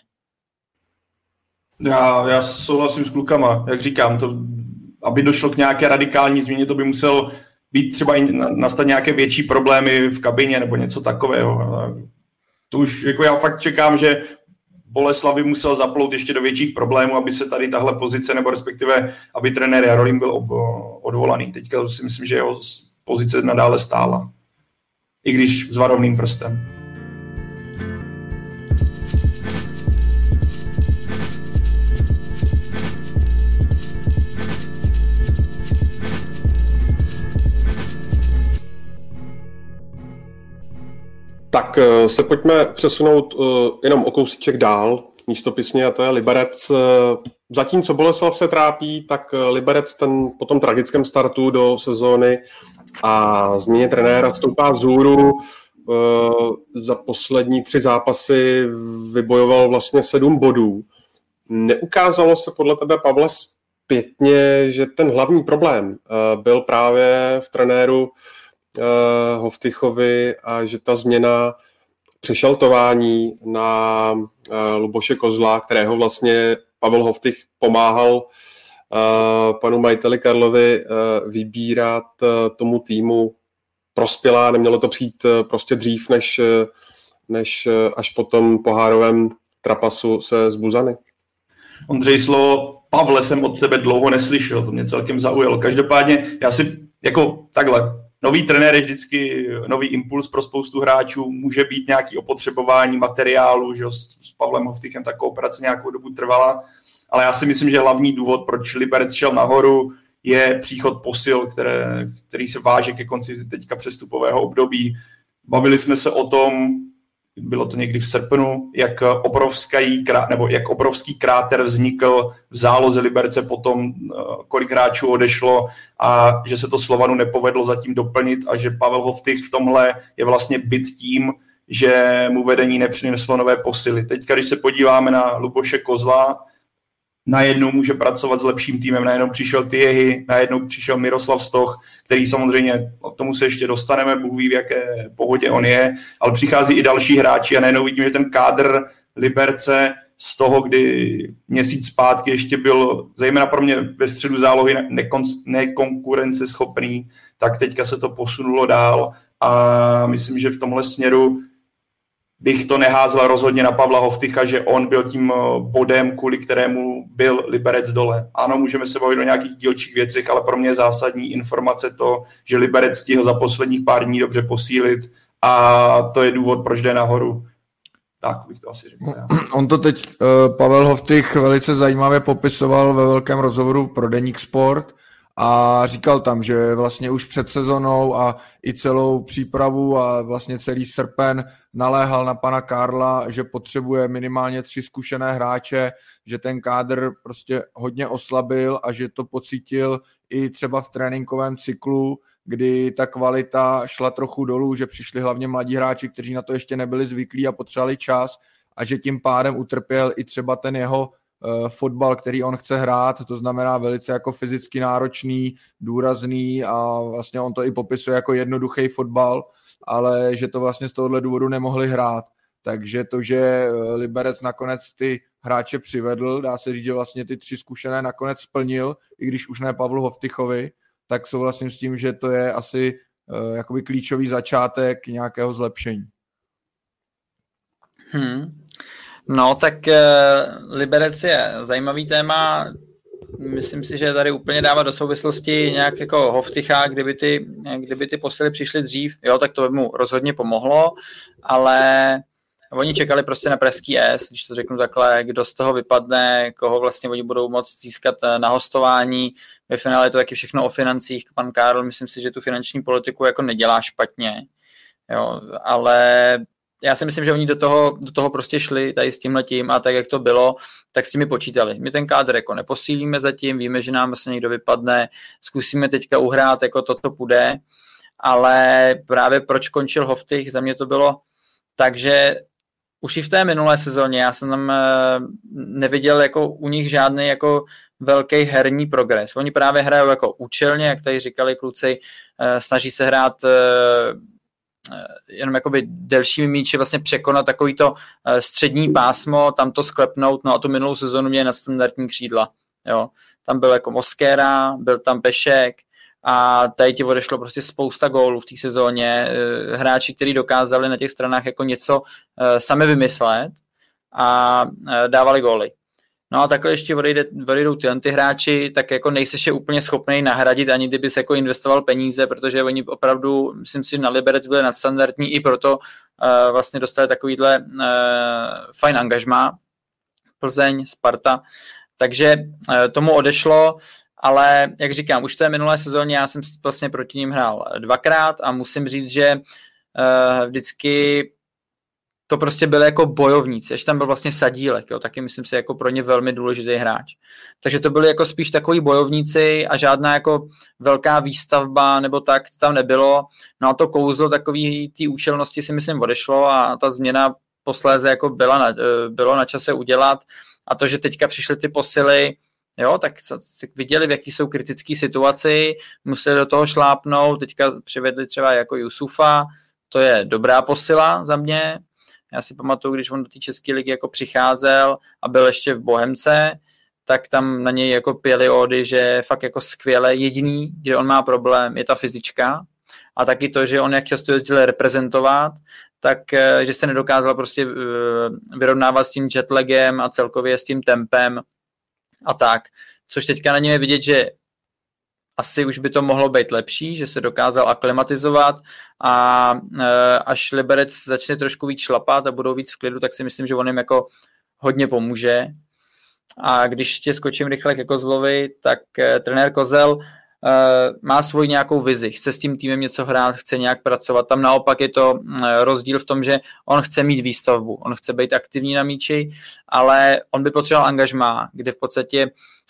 S7: Já souhlasím s klukama, jak říkám, to, aby došlo k nějaké radikální změně, to by musel být třeba i nastat nějaké větší problémy v kabině nebo něco takového. To už jako já fakt čekám, že Boleslav by musel zaplout ještě do větších problémů, aby se tady tahle pozice, nebo respektive, aby trenér Jarolím byl odvolaný. Teďka si myslím, že jeho pozice nadále stála. I když s varovným prstem.
S4: Tak se pojďme přesunout jenom o kousíček dál místopisně, a to je Liberec. Zatímco Boleslav se trápí, tak Liberec ten po tom tragickém startu do sezóny a změně trenéra stoupá vzhůru. Za poslední 3 zápasy vybojoval vlastně 7 bodů. Neukázalo se podle tebe, Pavle, zpětně, že ten hlavní problém byl právě v trenéru Hoftychovi a že ta změna přešaltování na Luboše Kozla, kterého vlastně Pavel Hoftych pomáhal panu majiteli Karlovi vybírat, tomu týmu prospěla, nemělo to přijít prostě dřív, než až po tom pohárovém trapasu se z Buzany?
S7: Ondřej, slovo Pavle jsem od tebe dlouho neslyšel, to mě celkem zaujalo. Každopádně já si jako takhle, nový trenér je vždycky nový impuls pro spoustu hráčů, může být nějaký opotřebování materiálu, že s Pavlem Hoftychem ta kooperace nějakou dobu trvala, ale já si myslím, že hlavní důvod, proč Liberec šel nahoru, je příchod posil, který se váže ke konci teďka přestupového období. Bavili jsme se o tom, bylo to někdy v srpnu, jak obrovský kráter vznikl v záloze Liberce potom, kolik hráčů odešlo a že se to Slovanu nepovedlo zatím doplnit a že Pavel Hoftych v tomhle je vlastně byt tím, že mu vedení nepřineslo nové posily. Teďka, když se podíváme na Luboše Kozla, najednou může pracovat s lepším týmem, najednou přišel Tyjehy, najednou přišel Miroslav Stoch, který samozřejmě, k tomu se ještě dostaneme, Bůh ví, v jaké pohodě on je, ale přichází i další hráči a najednou vidíme, že ten kádr Liberce z toho, kdy měsíc zpátky ještě byl, zejména pro mě ve středu zálohy, nekonkurenceschopný, tak teďka se to posunulo dál a myslím, že v tomhle směru bych to neházel rozhodně na Pavla Hoftycha, že on byl tím bodem, kvůli kterému byl Liberec dole. Ano, můžeme se bavit o nějakých dílčích věcech, ale pro mě je zásadní informace to, že Liberec stihl za posledních pár dní dobře posílit a to je důvod, proč jde nahoru. Tak bych to asi řekl.
S6: On to teď Pavel Hoftych velice zajímavě popisoval ve velkém rozhovoru pro Deník Sport a říkal tam, že vlastně už před sezonou a i celou přípravu a vlastně celý srpen naléhal na pana Karla, že potřebuje minimálně 3 zkušené hráče, že ten kádr prostě hodně oslabil a že to pocítil i třeba v tréninkovém cyklu, kdy ta kvalita šla trochu dolů, že přišli hlavně mladí hráči, kteří na to ještě nebyli zvyklí a potřebovali čas a že tím pádem utrpěl i třeba ten jeho fotbal, který on chce hrát, to znamená velice jako fyzicky náročný, důrazný a vlastně on to i popisuje jako jednoduchý fotbal, ale že to vlastně z tohohle důvodu nemohli hrát. Takže to, že Liberec nakonec ty hráče přivedl, dá se říct, že vlastně ty 3 zkušené nakonec splnil, i když už ne Pavlu Hoftychovi, tak souhlasím s tím, že to je asi jakoby klíčový začátek nějakého zlepšení.
S5: No, tak Liberec je zajímavý téma. Myslím si, že tady úplně dává do souvislosti nějak jako Hoftycha, kdyby ty posily přišly dřív, jo, tak to by mu rozhodně pomohlo, ale oni čekali prostě na pražský S, když to řeknu takhle, kdo z toho vypadne, koho vlastně oni budou moct získat na hostování. Ve finále je to taky všechno o financích. Pan Karl, myslím si, že tu finanční politiku jako nedělá špatně, jo, ale já si myslím, že oni do toho prostě šli tady s tímhletím a tak, jak to bylo, tak s tím počítali. My ten kádr jako neposílíme zatím, víme, že nám vlastně někdo vypadne, zkusíme teďka uhrát, jako toto půjde, ale právě proč končil Hoftych, za mě to bylo Takže už i v té minulé sezóně já jsem tam neviděl jako u nich žádný jako velký herní progres. Oni právě hrajou jako účelně, jak tady říkali kluci, snaží se hrát jenom jakoby delšími míči, vlastně překonat takovýto střední pásmo, tam to sklepnout, no a tu minulou sezónu měli nadstandardní křídla. Jo. Tam byl jako Mosquera, byl tam Pešek a tady ti odešlo prostě spousta gólů v té sezóně. Hráči, kteří dokázali na těch stranách jako něco sami vymyslet a dávali góly. No a takhle ještě odejdou ty hráči, tak jako nejseš je úplně schopný nahradit, ani kdyby se jako investoval peníze, protože oni opravdu, myslím si, že na Liberec byli nadstandardní, i proto vlastně dostali takovýhle fajn angažmá. Plzeň, Sparta. Takže tomu odešlo, ale jak říkám, už v té minulé sezóně já jsem vlastně proti ním hrál 2krát a musím říct, že vždycky to prostě byly jako bojovníci, ještě tam byl vlastně Sadílek, jo, taky myslím si jako pro ně velmi důležitý hráč. Takže to byli jako spíš takový bojovníci a žádná jako velká výstavba nebo tak tam nebylo. No a to kouzlo takový té účelnosti si myslím odešlo a ta změna posléze jako bylo na čase udělat a to, že teďka přišly ty posily, jo, tak viděli, v jaký jsou kritické situaci, museli do toho šlápnout, teďka přivedli třeba jako Jusufa, to je dobrá posila za mě. Já si pamatuju, když on do té České ligy jako přicházel a byl ještě v Bohemce, tak tam na něj jako pěli ódy, že fakt jako skvěle. Jediný, kde on má problém, je ta fyzička a taky to, že on jak často jezdil reprezentovat, tak že se nedokázal prostě vyrovnávat s tím jetlagem a celkově s tím tempem a tak. Což teďka na něm je vidět, že asi už by to mohlo být lepší, že se dokázal aklimatizovat a až Liberec začne trošku víc šlapat a budou víc v klidu, tak si myslím, že on jim jako hodně pomůže. A když tě skočím rychle ke Kozlovi, tak trenér Kozel má svoji nějakou vizi, chce s tím týmem něco hrát, chce nějak pracovat. Tam naopak je to rozdíl v tom, že on chce mít výstavbu, on chce být aktivní na míči, ale on by potřeboval angažmá, kde v podstatě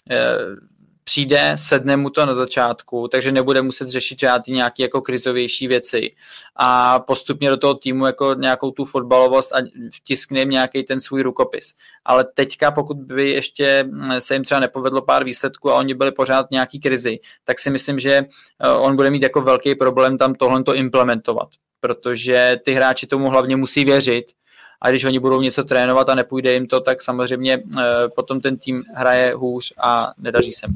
S5: přijde, sedne mu to na začátku, takže nebude muset řešit žádný nějaký jako krizovější věci a postupně do toho týmu jako nějakou tu fotbalovost a vtiskne jim nějaký ten svůj rukopis. Ale teďka, pokud by ještě se jim třeba nepovedlo pár výsledků a oni byli pořád v nějaký krizi, tak si myslím, že on bude mít jako velký problém tam tohle to implementovat, protože ty hráči tomu hlavně musí věřit. A když oni budou něco trénovat a nepůjde jim to, tak samozřejmě potom ten tým hraje hůř a nedaří se mu.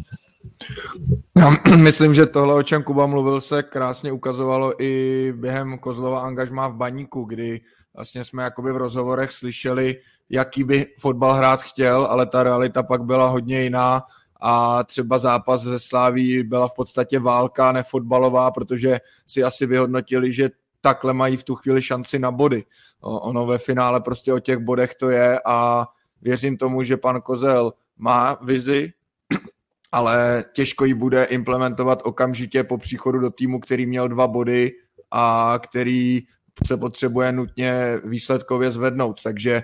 S6: Já myslím, že tohle, o čem Kuba mluvil, se krásně ukazovalo i během Kozlova angažmá v Baníku, kdy vlastně jsme jakoby v rozhovorech slyšeli, jaký by fotbal hrát chtěl, ale ta realita pak byla hodně jiná a třeba zápas ze Sláví byla v podstatě válka nefotbalová, protože si asi vyhodnotili, že takhle mají v tu chvíli šanci na body. Ono ve finále prostě o těch bodech to je a věřím tomu, že pan Kozel má vizi, ale těžko ji bude implementovat okamžitě po příchodu do týmu, který měl 2 body a který se potřebuje nutně výsledkově zvednout. Takže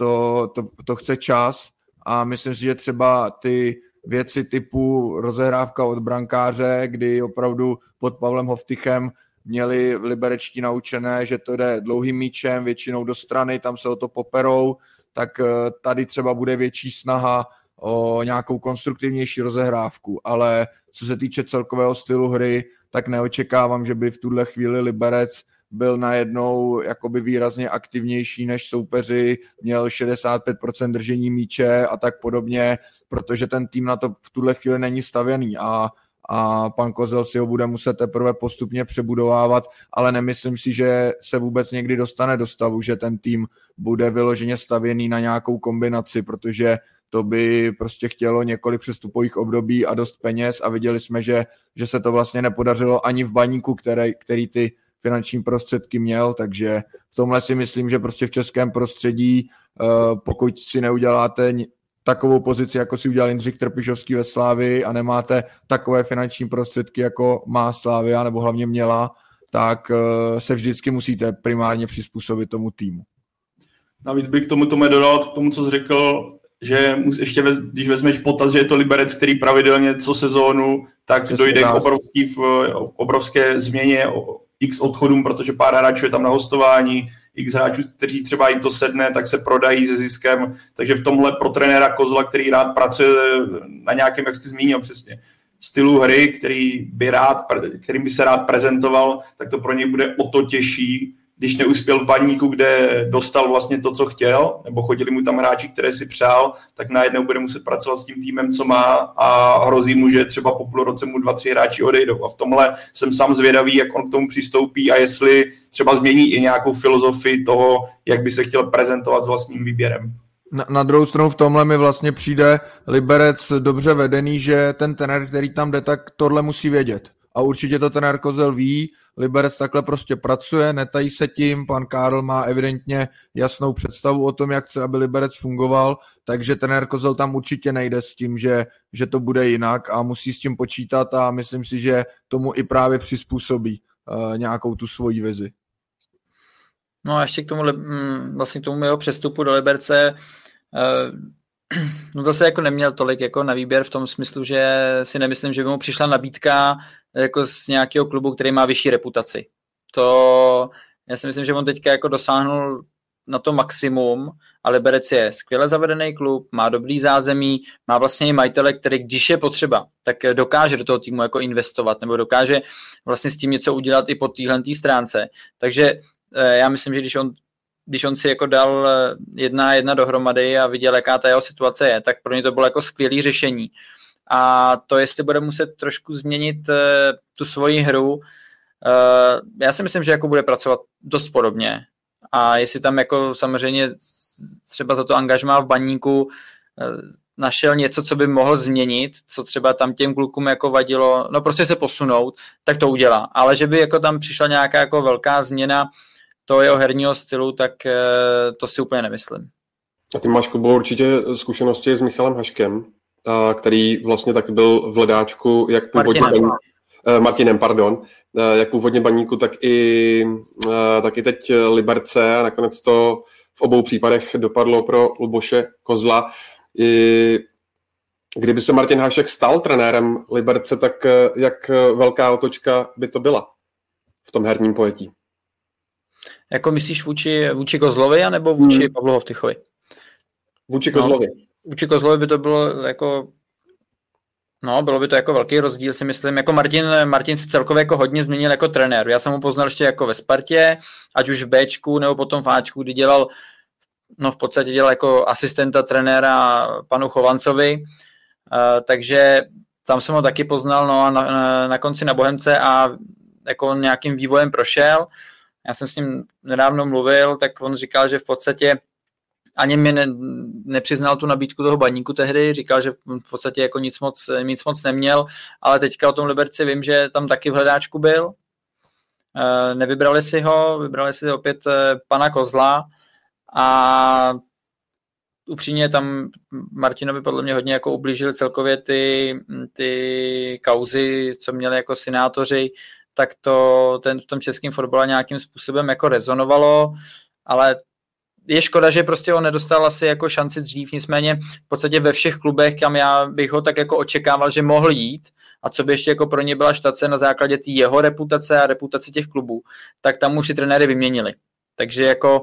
S6: to chce čas a myslím si, že třeba ty věci typu rozehrávka od brankáře, kdy opravdu pod Pavlem Hoftychem měli liberečtí naučené, že to jde dlouhým míčem, většinou do strany, tam se o to poperou, tak tady třeba bude větší snaha o nějakou konstruktivnější rozehrávku, ale co se týče celkového stylu hry, tak neočekávám, že by v tuhle chvíli Liberec byl najednou jakoby výrazně aktivnější než soupeři, měl 65% držení míče a tak podobně, protože ten tým na to v tuhle chvíli není stavěný a pan Kozel si ho bude muset teprve postupně přebudovávat, ale nemyslím si, že se vůbec někdy dostane do stavu, že ten tým bude vyloženě stavěný na nějakou kombinaci, protože to by prostě chtělo několik přestupových období a dost peněz a viděli jsme, že se to vlastně nepodařilo ani v Baníku, který ty finanční prostředky měl, takže v tomhle si myslím, že prostě v českém prostředí, pokud si neuděláte takovou pozici, jako si udělal Jindřich Trpišovský ve Slávii a nemáte takové finanční prostředky, jako má Slávia, nebo hlavně měla, tak se vždycky musíte primárně přizpůsobit tomu týmu.
S7: Navíc bych k tomu dodal, k tomu, co jsi řekl, že ještě když vezmeš potaz, že je to Liberec, který pravidelně co sezónu, tak přesně dojde k obrovské změně, x odchodům, protože pár hráčů je tam na hostování, x hráčů, kteří třeba jim to sedne, tak se prodají se ziskem, takže v tomhle pro trenéra Kozla, který rád pracuje na nějakém, jak jste zmínil přesně, stylu hry, kterým by se rád prezentoval, tak to pro něj bude o to těžší, když neuspěl v Baníku, kde dostal vlastně to, co chtěl, nebo chodili mu tam hráči, které si přál, tak najednou bude muset pracovat s tím týmem, co má a hrozí mu, že třeba po půl roce mu 2-3 hráči odejdou. A v tomhle jsem sám zvědavý, jak on k tomu přistoupí a jestli třeba změní i nějakou filozofii toho, jak by se chtěl prezentovat s vlastním výběrem.
S6: Na druhou stranu v tomhle mi vlastně přijde Liberec dobře vedený, že ten trenér, který tam jde, tak tohle musí vědět. A určitě to trenér Kozel ví, Liberec takhle prostě pracuje, netají se tím, pan Kárl má evidentně jasnou představu o tom, jak chce, aby Liberec fungoval, takže trenér Kozel tam určitě nejde s tím, že to bude jinak a musí s tím počítat a myslím si, že tomu i právě přizpůsobí nějakou tu svoji vizi.
S5: No a ještě k tomu, vlastně k tomu jeho přestupu do Liberce, no zase jako neměl tolik jako na výběr v tom smyslu, že si nemyslím, že by mu přišla nabídka jako z nějakého klubu, který má vyšší reputaci. To já si myslím, že on teďka jako dosáhnul na to maximum a Liberec je skvěle zavedený klub, má dobrý zázemí, má vlastně i majitele, který když je potřeba, tak dokáže do toho týmu jako investovat nebo dokáže vlastně s tím něco udělat i po téhletý stránce. Takže já myslím, že když on si jako dal 1-1 dohromady a viděl, jaká ta jeho situace je, tak pro ně to bylo jako skvělé řešení. A to, jestli bude muset trošku změnit tu svoji hru, já si myslím, že jako bude pracovat dost podobně. A jestli tam jako samozřejmě třeba za to angažmá v Baníku našel něco, co by mohl změnit, co třeba tam těm klukům jako vadilo, no prostě se posunout, tak to udělá. Ale že by jako tam přišla nějaká jako velká změna toho jeho herního stylu, tak to si úplně nemyslím.
S4: A ty máš, Kubo, určitě zkušenosti s Michalem Haškem, který vlastně taky byl v hledáčku, jak původně Martinem, jak původně Baníku, tak i teď Liberce a nakonec to v obou případech dopadlo pro Luboše Kozla. Kdyby se Martin Hašek stal trenérem Liberce, tak jak velká otočka by to byla v tom herním pojetí?
S5: Jako myslíš vůči Kozlovi, anebo vůči Pavlu Hovtychovi?
S4: Vůči Kozlovi.
S5: Vůči Kozlovi by to bylo jako... No, bylo by to jako velký rozdíl, si myslím. Jako Martin si celkově jako hodně změnil jako trenér. Já jsem ho poznal ještě jako ve Spartě, ať už v Bčku nebo potom v Ačku, kdy dělal jako asistenta trenéra panu Chovancovi. Takže tam jsem ho taky poznal, no a na konci na Bohemce a jako nějakým vývojem prošel. Já jsem s ním nedávno mluvil, tak on říkal, že v podstatě ani mi nepřiznal tu nabídku toho Baníku tehdy, říkal, že v podstatě jako nic moc neměl, ale teďka o tom Liberci vím, že tam taky v hledáčku byl. Nevybrali si ho, vybrali si opět pana Kozla a upřímně tam Martinovi podle mě hodně jako ublížil celkově ty kauzy, co měli jako senátoři, tak to v tom českém fotbale nějakým způsobem jako rezonovalo, ale je škoda, že prostě on nedostal asi jako šanci dřív, nicméně v podstatě ve všech klubech, kam já bych ho tak jako očekával, že mohl jít a co by ještě jako pro ně byla štace na základě té jeho reputace a reputace těch klubů, tak tam už si trenéry vyměnili. Takže jako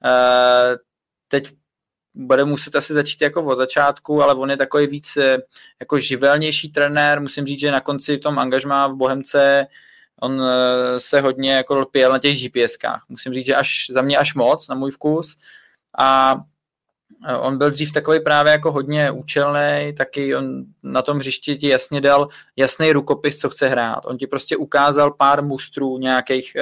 S5: teď bude muset asi začít jako od začátku, ale on je takový víc jako živelnější trenér, musím říct, že na konci v tom angažmá v Bohemce on se hodně jako lpěl na těch GPSkách. Musím říct, že za mě až moc, na můj vkus. A on byl dřív takový právě jako hodně účelný, taky on na tom hřišti ti jasně dal jasný rukopis, co chce hrát. On ti prostě ukázal pár mustrů nějakých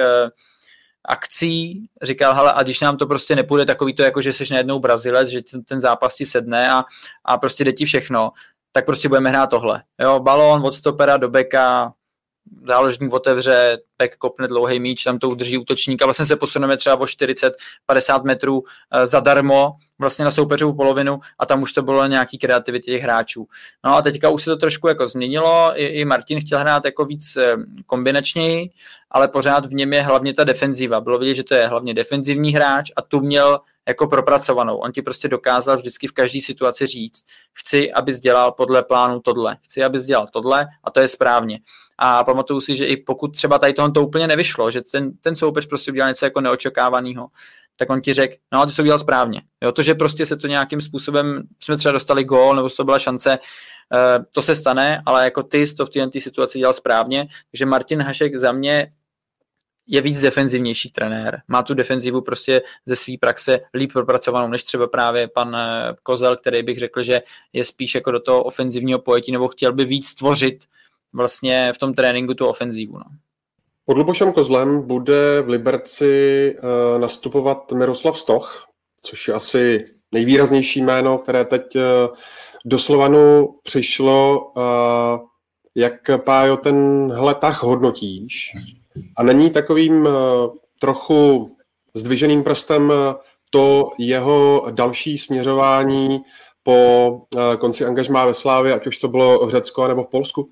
S5: akcí, říkal, hele, a když nám to prostě nepůjde takový to, jako že jsi najednou Brazilec, že ten zápas ti sedne a prostě jde ti všechno, tak prostě budeme hrát tohle. Jo, balón od stopera do beka, záložník otevře, back kopne dlouhý míč, tam to udrží útočník a vlastně se posuneme třeba o 40-50 metrů zadarmo vlastně na soupeřovou polovinu a tam už to bylo nějaký kreativitě těch hráčů. No a teďka už se to trošku jako změnilo, i Martin chtěl hrát jako víc kombinačněji, ale pořád v něm je hlavně ta defenziva. Bylo vidět, že to je hlavně defenzivní hráč a tu měl jako propracovanou. On ti prostě dokázal vždycky v každé situaci říct, chci, abys dělal podle plánu tohle, chci, abys dělal tohle a to je správně. A pamatuju si, že i pokud třeba tady tohle to úplně nevyšlo, že ten soupeř prostě udělal něco jako neočekávaného, tak on ti řekl, no a ty jsi to udělal správně. Jo, to, že prostě se to nějakým způsobem, jsme třeba dostali gól, nebo to byla šance, to se stane, ale jako ty jsi to v té situaci dělal správně, takže Martin Hašek za mě je víc defenzivnější trenér. Má tu defenzivu prostě ze své praxe líp propracovanou, než třeba právě pan Kozel, který bych řekl, že je spíš jako do toho ofenzivního pojetí, nebo chtěl by víc tvořit vlastně v tom tréninku tu ofenzivu. No.
S4: Pod Lubošem Kozlem bude v Liberci nastupovat Miroslav Stoch, což je asi nejvýraznější jméno, které teď do Slovanu přišlo. Jak, Pájo, tenhle tah hodnotíš? A není takovým trochu zdviženým prstem to jeho další směřování po konci angažmá ve Slávii, ať už to bylo v Řecku nebo v Polsku?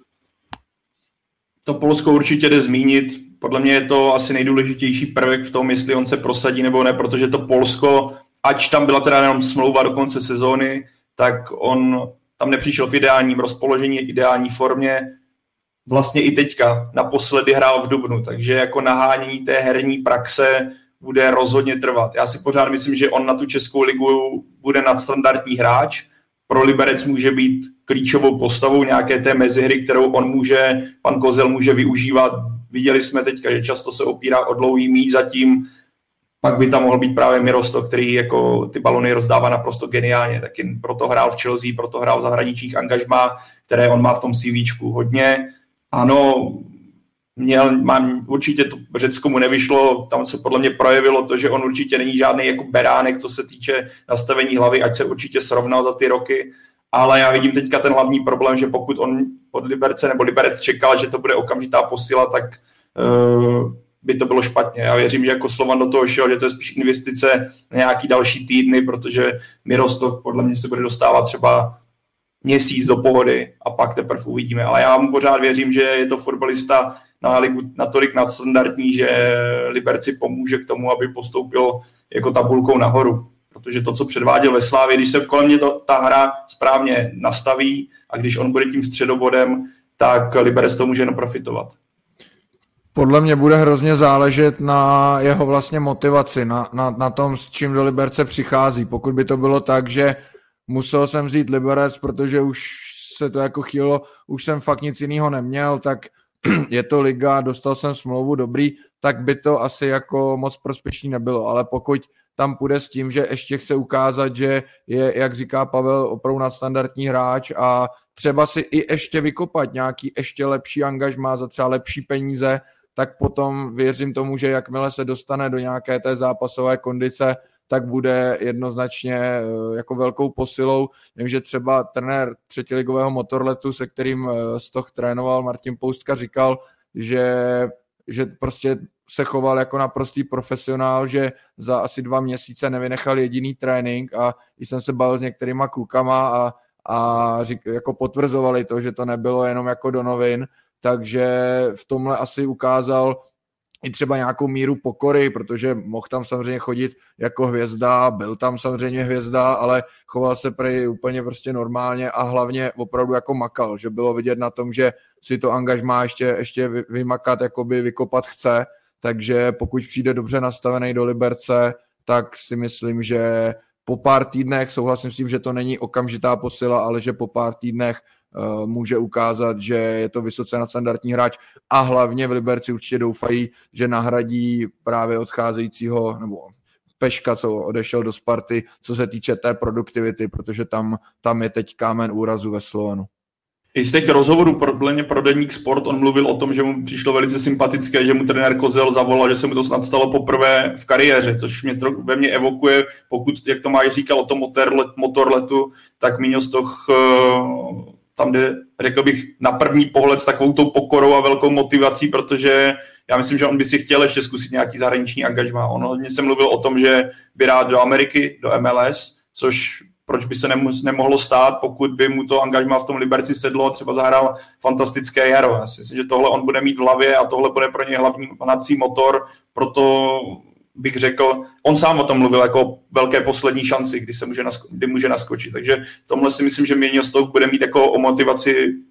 S7: To Polsko určitě jde zmínit. Podle mě je to asi nejdůležitější prvek v tom, jestli on se prosadí nebo ne, protože to Polsko, ač tam byla teda jenom smlouva do konce sezóny, tak on tam nepřišel v ideálním rozpoložení, ideální formě. Vlastně i teďka naposledy hrál v dubnu, takže jako nahánění té herní praxe bude rozhodně trvat. Já si pořád myslím, že on na tu Českou ligu bude nadstandardní hráč. Pro Liberec může být klíčovou postavou nějaké té mezihry, kterou pan Kozel může využívat. Viděli jsme teďka, že často se opírá o dlouhý míč zatím. Pak by tam mohl být právě Miroslav, který jako ty balony rozdává naprosto geniálně. Taky proto hrál v Chelsea, proto hrál v zahraničních angažmá, které on má v tom CVčku hodně. Ano, určitě to Řecko mu nevyšlo, tam se podle mě projevilo to, že on určitě není žádný jako beránek, co se týče nastavení hlavy, ať se určitě srovnal za ty roky, ale já vidím teďka ten hlavní problém, že pokud on od Liberce nebo Liberec čekal, že to bude okamžitá posila, tak by to bylo špatně. Já věřím, že jako Slovan do toho šel, že to je spíš investice na nějaký další týdny, protože Miroslav podle mě se bude dostávat třeba měsíc do pohody a pak teprve uvidíme. Ale já mu pořád věřím, že je to fotbalista na ligu natolik nadstandardní, že Liberci pomůže k tomu, aby postoupil jako tabulkou nahoru. Protože to, co předváděl ve Slávii, když se kolem mě ta hra správně nastaví a když on bude tím středobodem, tak Liberec to může jenom profitovat.
S6: Podle mě bude hrozně záležet na jeho vlastně motivaci, na tom, s čím do Liberce přichází. Pokud by to bylo tak, že musel jsem vzít Liberec, protože už se to jako chýlo, už jsem fakt nic jiného neměl, tak je to liga, dostal jsem smlouvu, dobrý, tak by to asi jako moc prospěšný nebylo, ale pokud tam půjde s tím, že ještě chce ukázat, že je, jak říká Pavel, opravdu nadstandardní hráč a třeba si i ještě vykopat nějaký ještě lepší angažmá za třeba lepší peníze, tak potom věřím tomu, že jakmile se dostane do nějaké té zápasové kondice, tak bude jednoznačně jako velkou posilou. Vím, že třeba trenér třetiligového Motorletu, se kterým Stoch trénoval, Martin Poustka, říkal, že prostě se choval jako naprostý profesionál, že za asi 2 měsíce nevynechal jediný trénink a když jsem se bavil s některýma klukama a jako potvrzovali to, že to nebylo jenom jako do novin, takže v tomhle asi ukázal i třeba nějakou míru pokory, protože mohl tam samozřejmě chodit jako hvězda, byl tam samozřejmě hvězda, ale choval se prej úplně prostě normálně a hlavně opravdu jako makal, že bylo vidět na tom, že si to angažmá ještě vymakat, jakoby vykopat chce, takže pokud přijde dobře nastavený do Liberce, tak si myslím, že po pár týdnech, souhlasím s tím, že to není okamžitá posila, ale že po pár týdnech může ukázat, že je to vysoce nadstandardní hráč a hlavně v Liberci určitě doufají, že nahradí právě odcházejícího nebo Peška, co odešel do Sparty, co se týče té produktivity, protože tam je teď kámen úrazu ve Slovanu.
S7: I z těch rozhovorů pro Deník Sport on mluvil o tom, že mu přišlo velice sympatické, že mu trenér Kozel zavolal, že se mu to snad stalo poprvé v kariéře, což mě ve mně evokuje, pokud, jak Tomáš říkal o tom Motorletu, tak Míňo Stoch tam jde, řekl bych, na první pohled s takovou tou pokorou a velkou motivací, protože já myslím, že on by si chtěl ještě zkusit nějaký zahraniční angažmá. On hodně se mluvil o tom, že by rád do Ameriky, do MLS, což proč by se nemohlo stát, pokud by mu to angažmá v tom Liberci sedlo a třeba zahrál fantastické jaro. Já si myslím, že tohle on bude mít v hlavě a tohle bude pro něj hlavní hnací motor, proto bych řekl, on sám o tom mluvil jako velké poslední šanci, kdy může naskočit. Takže v tomhle si myslím, že Míňo Stoch bude mít jako o motivaci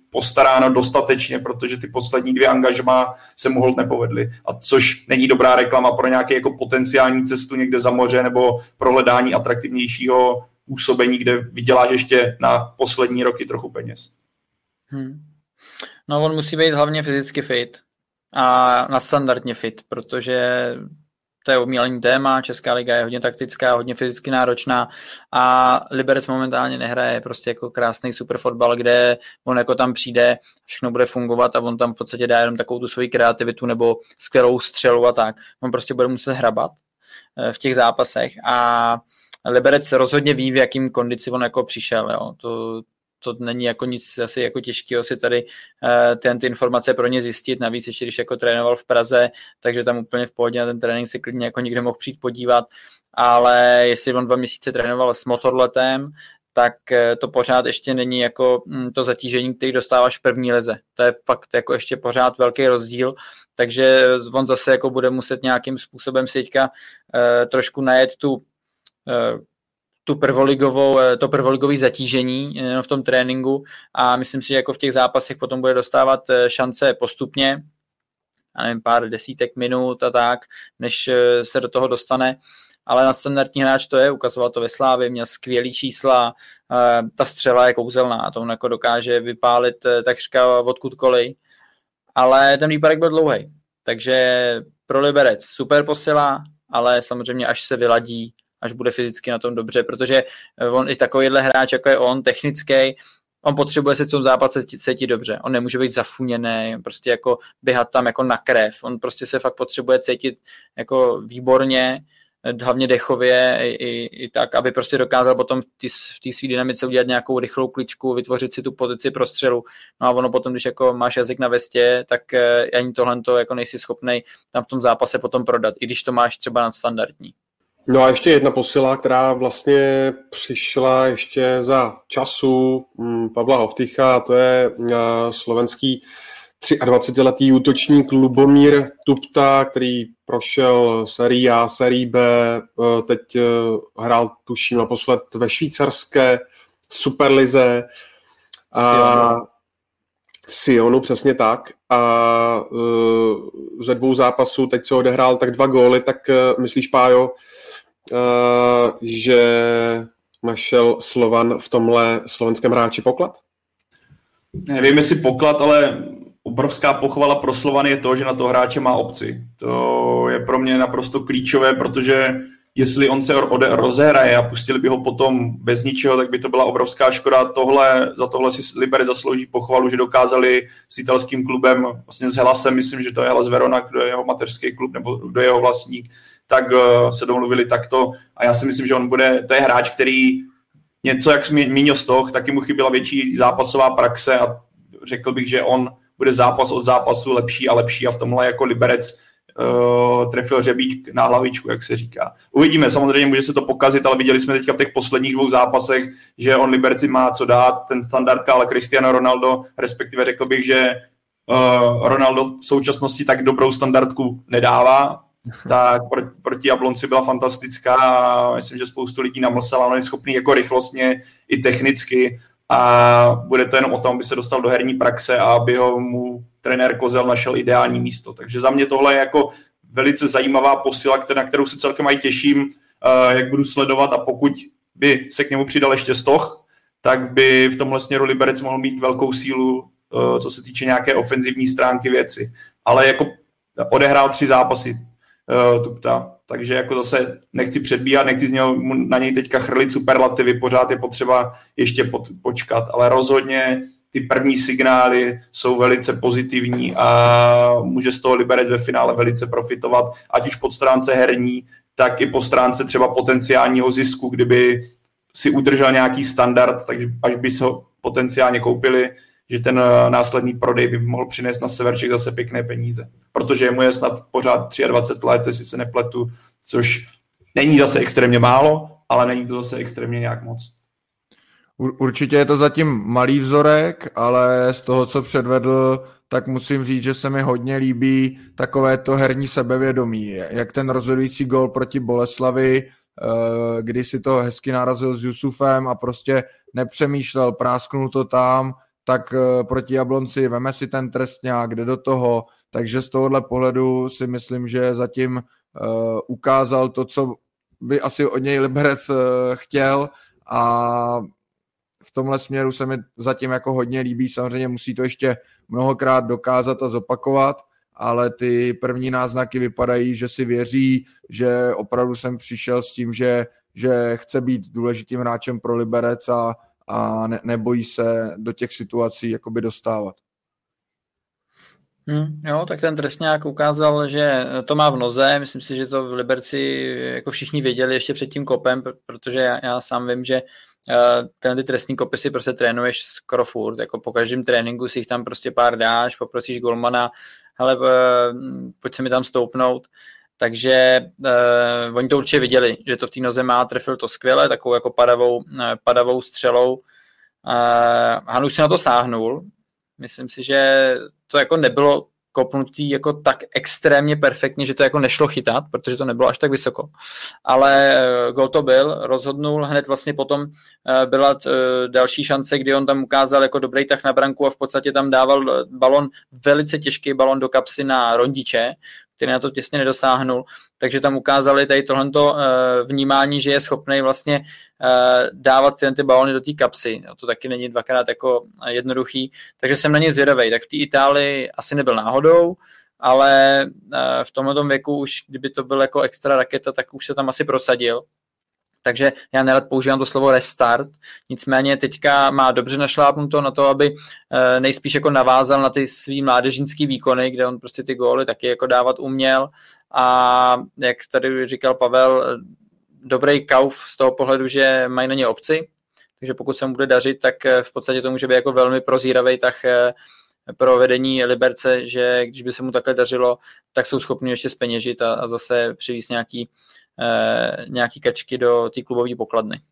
S7: postaráno dostatečně, protože ty poslední 2 angažmá se mu holt nepovedly. A což není dobrá reklama pro nějaké jako potenciální cestu někde za moře nebo pro hledání atraktivnějšího působení, kde vyděláš ještě na poslední roky trochu peněz.
S5: No on musí být hlavně fyzicky fit a nadstandardně fit, protože to je omílaný téma, Česká liga je hodně taktická, hodně fyzicky náročná a Liberec momentálně nehraje prostě jako krásný super fotbal, kde on jako tam přijde, všechno bude fungovat a on tam v podstatě dá jenom takovou tu svoji kreativitu nebo skvělou střelu a tak. On prostě bude muset hrabat v těch zápasech a Liberec rozhodně ví, v jakým kondici on jako přišel, jo. To není jako nic asi jako těžkého si tady ty informace pro ně zjistit, navíc ještě když jako trénoval v Praze, takže tam úplně v pohodě na ten trénink se klidně jako nikdo mohl přijít podívat, ale jestli on 2 měsíce trénoval s motorletem, tak to pořád ještě není jako to zatížení, který dostáváš v první lize. To je fakt jako ještě pořád velký rozdíl, takže on zase jako bude muset nějakým způsobem si teďka trošku najet to prvoligový zatížení v tom tréninku a myslím si, že jako v těch zápasech potom bude dostávat šance postupně, já nevím, pár desítek minut a tak, než se do toho dostane, ale nadstandardní hráč to je, ukazoval to ve Slávii, měl skvělý čísla, ta střela je kouzelná, to on jako dokáže vypálit takřka odkudkoliv, ale ten výpadek byl dlouhý, takže pro Liberec super posila, ale samozřejmě až se vyladí, až bude fyzicky na tom dobře, protože on i takovýhle hráč, jako je on, technický, on potřebuje se v tom zápase cítit dobře. On nemůže být zafuněný, prostě jako běhat tam jako na krev. On prostě se fakt potřebuje cítit jako výborně, hlavně dechově i tak, aby prostě dokázal potom v té své dynamice udělat nějakou rychlou kličku, vytvořit si tu pozici pro střelu. No a ono potom, když jako máš jazyk na vestě, tak ani tohle jako nejsi schopnej tam v tom zápase potom prodat, i když to máš třeba nadstandardní.
S4: No a ještě jedna posila, která vlastně přišla ještě za času Pavla Hovtycha, to je slovenský 23letý útočník Lubomír Tupta, který prošel sérii A, sérii B, teď hrál tuším naposled ve švýcarské superlize a v Sionu, přesně tak. A ze 2 zápasů, teď co odehrál, tak 2 góly, tak myslíš, Pájo, že našel Slovan v tomhle slovenském hráči poklad?
S7: Nevím, jestli poklad, ale obrovská pochvala pro Slovan je to, že na toho hráče má opci. To je pro mě naprosto klíčové, protože jestli on se rozehraje a pustili by ho potom bez ničeho, tak by to byla obrovská škoda. Za tohle si Liberec zaslouží pochvalu, že dokázali s italským klubem, vlastně s Hellasem, myslím, že to je Hellas Verona, kdo je jeho mateřský klub, nebo kdo je jeho vlastník, tak se domluvili takto a já si myslím, že to je hráč, který něco, jak Míňo Stoch, taky mu chyběla větší zápasová praxe a řekl bych, že on bude zápas od zápasu lepší a lepší a v tomhle jako Liberec trefil hřebík na hlavičku, jak se říká. Uvidíme, samozřejmě může se to pokazit, ale viděli jsme teďka v těch posledních 2 zápasech, že on Liberci má co dát, ten standardka, ale Cristiano Ronaldo, respektive řekl bych, že Ronaldo v současnosti tak dobrou standardku nedává, tak proti Jablonci byla fantastická a myslím, že spoustu lidí namlsala, on je schopný jako rychlostně i technicky a bude to jenom o tom, aby se dostal do herní praxe a aby mu trenér Kozel našel ideální místo. Takže za mě tohle je jako velice zajímavá posila, na kterou se celkem aj těším, jak budu sledovat a pokud by se k němu přidal ještě Stoch, tak by v tomhle směru Liberec mohl mít velkou sílu, co se týče nějaké ofenzivní stránky věci. Ale jako odehrál 3 zápasy Tupta, takže jako zase nechci předbíhat, nechci na něj teďka chrlit superlativy, pořád je potřeba ještě počkat, ale rozhodně ty první signály jsou velice pozitivní a může z toho Liberec ve finále velice profitovat, ať už po stránce herní, tak i po stránce třeba potenciálního zisku, kdyby si udržel nějaký standard, takže až by se ho potenciálně koupili, že ten následný prodej by mohl přinést na Severček zase pěkné peníze. Protože mu je snad pořád 23 let, jestli se nepletu, což není zase extrémně málo, ale není to zase extrémně nějak moc.
S6: Určitě je to zatím malý vzorek, ale z toho, co předvedl, tak musím říct, že se mi hodně líbí takové to herní sebevědomí. Jak ten rozhodující gól proti Boleslavi, kdy si to hezky narazil s Jusufem a prostě nepřemýšlel, prásknul to tam, tak proti Jablonci veme si ten trestňák, jde do toho, takže z tohohle pohledu si myslím, že zatím ukázal to, co by asi od něj Liberec chtěl, a v tomhle směru se mi zatím jako hodně líbí. Samozřejmě musí to ještě mnohokrát dokázat a zopakovat, ale ty první náznaky vypadají, že si věří, že opravdu jsem přišel s tím, že chce být důležitým hráčem pro Liberec a nebojí se do těch situací jakoby dostávat.
S5: Jo, tak ten trestňák ukázal, že to má v noze. Myslím si, že to v Liberci jako všichni věděli ještě před tím kopem, protože já sám vím, že ty trestní kopy si prostě trénuješ skoro furt. Jako po každém tréninku si jich tam prostě pár dáš, poprosíš golmana, hele, pojď se mi tam stoupnout. Takže oni to určitě viděli, že to v té noze má, trefil to skvěle, takovou jako padavou střelou. Han už se na to sáhnul. Myslím si, že to jako nebylo kopnutý jako tak extrémně perfektně, že to jako nešlo chytat, protože to nebylo až tak vysoko. Ale gol to byl, rozhodnul, hned vlastně potom byla další šance, kdy on tam ukázal jako dobrý tah na branku a v podstatě tam dával balon, velice těžký balon do kapsy na Rondiče, který na to těsně nedosáhnul, takže tam ukázali tady tohleto vnímání, že je schopný vlastně dávat ty balony do té kapsy. To taky není dvakrát jako jednoduchý, takže jsem na ně zvědavej. Tak v té Itálii asi nebyl náhodou, ale v tomhletom věku už, kdyby to byl jako extra raketa, tak už se tam asi prosadil. Takže já nerad používám to slovo restart, nicméně teďka má dobře našlápnuto na to, aby nejspíš jako navázal na ty svý mládežnický výkony, kde on prostě ty góly taky jako dávat uměl, a jak tady říkal Pavel, dobrý kauf z toho pohledu, že mají na ně opci, takže pokud se mu bude dařit, tak v podstatě to může být jako velmi prozíravý tah pro vedení Liberce, že když by se mu takhle dařilo, tak jsou schopni ještě zpeněžit a zase přivést nějaký kačky do té klubové pokladny.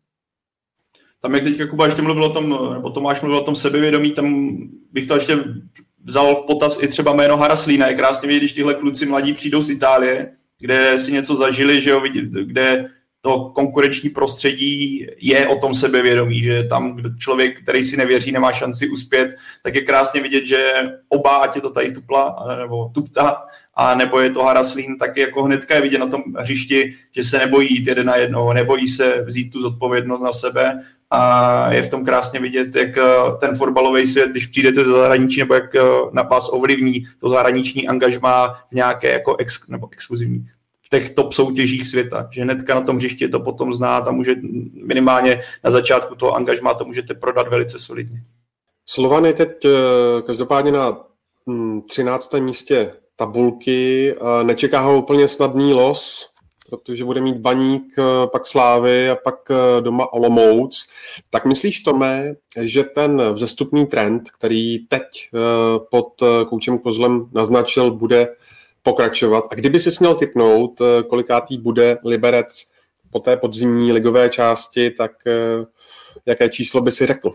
S7: Tam, jak teďka Kuba ještě mluvil o tom, nebo Tomáš mluvil o tom sebevědomí, tam bych to ještě vzal v potaz i třeba jméno Haraslína. Je krásně vidět, když tyhle kluci mladí přijdou z Itálie, kde si něco zažili, že jo, kde to konkurenční prostředí je o tom sebevědomí, že tam člověk, který si nevěří, nemá šanci uspět, tak je krásně vidět, že oba, ať je to tady Tupla nebo Tupta, a nebo je to Haraslín, tak jako hnedka je vidět na tom hřišti, že se nebojí jít jeden na jednoho, nebojí se vzít tu zodpovědnost na sebe, a je v tom krásně vidět, jak ten fotbalový svět, když přijdete ze zahraničí, nebo jak na vás ovlivní to zahraniční angažmá v nějaké jako exkluzivní v těch top soutěžích světa, že hnedka na tom hřišti to potom znát a může minimálně na začátku toho angažmá to můžete prodat velice solidně.
S4: Slovan je teď každopádně na 13. místě tabulky. Nečeká ho úplně snadný los, protože bude mít Baník, pak Slávy a pak doma Olomouc. Tak myslíš, Tome, že ten vzestupný trend, který teď pod koučem Kozlem naznačil, bude pokračovat? A kdyby si směl tipnout, kolikátý bude Liberec po té podzimní ligové části, tak jaké číslo by si řekl?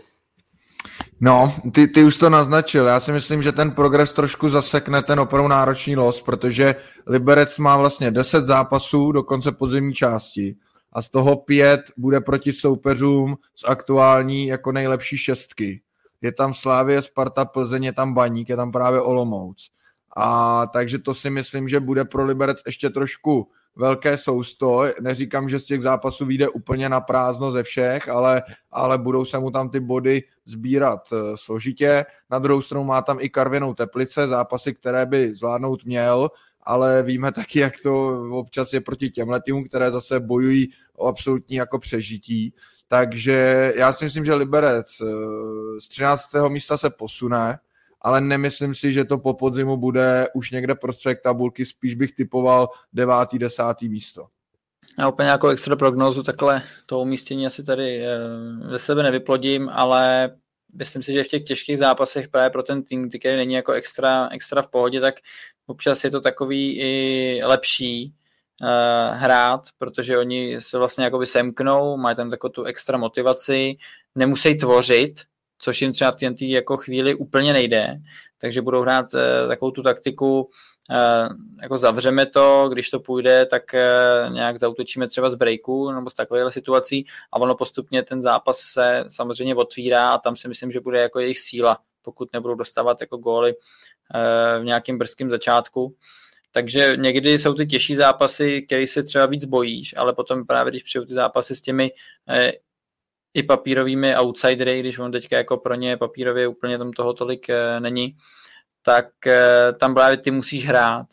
S6: No, ty už to naznačil. Já si myslím, že ten progres trošku zasekne ten opravdu náročný los, protože Liberec má vlastně 10 zápasů do konce podzimní části a z toho 5 bude proti soupeřům z aktuální jako nejlepší šestky. Je tam Slavie, Sparta, Plzeň, je tam Baník, je tam právě Olomouc. A takže to si myslím, že bude pro Liberec ještě trošku velké sousto. Neříkám, že z těch zápasů vyjde úplně na prázdno ze všech, ale budou se mu tam ty body sbírat složitě. Na druhou stranu má tam i Karvinou Teplice, zápasy, které by zvládnout měl, ale víme taky, jak to občas je proti těmhle týmům, které zase bojují o absolutní jako přežití. Takže já si myslím, že Liberec z 13. místa se posune, ale nemyslím si, že to po podzimu bude už někde prostředek tabulky, spíš bych typoval 9., 10. místo.
S5: Já úplně nějakou extra prognózu takhle to umístění asi tady ze sebe nevyplodím, ale myslím si, že v těch těžkých zápasech právě pro ten tým, který není jako extra v pohodě, tak občas je to takový i lepší hrát, protože oni se vlastně jakoby semknou, mají tam takovou tu extra motivaci, nemusí tvořit, což jim třeba v té jako chvíli úplně nejde, takže budou hrát takovou tu taktiku, jako zavřeme to, když to půjde, tak nějak zautočíme třeba z breaku nebo z takovéhle situací a ono postupně ten zápas se samozřejmě otvírá a tam si myslím, že bude jako jejich síla pokud nebudou dostávat jako góly v nějakém brzkém začátku. Takže někdy jsou ty těžší zápasy, které se třeba víc bojíš, ale potom právě když přijou ty zápasy s těmi i papírovými outsidery, když on teďka jako pro ně papírově úplně tam toho tolik není, tak tam právě ty musíš hrát.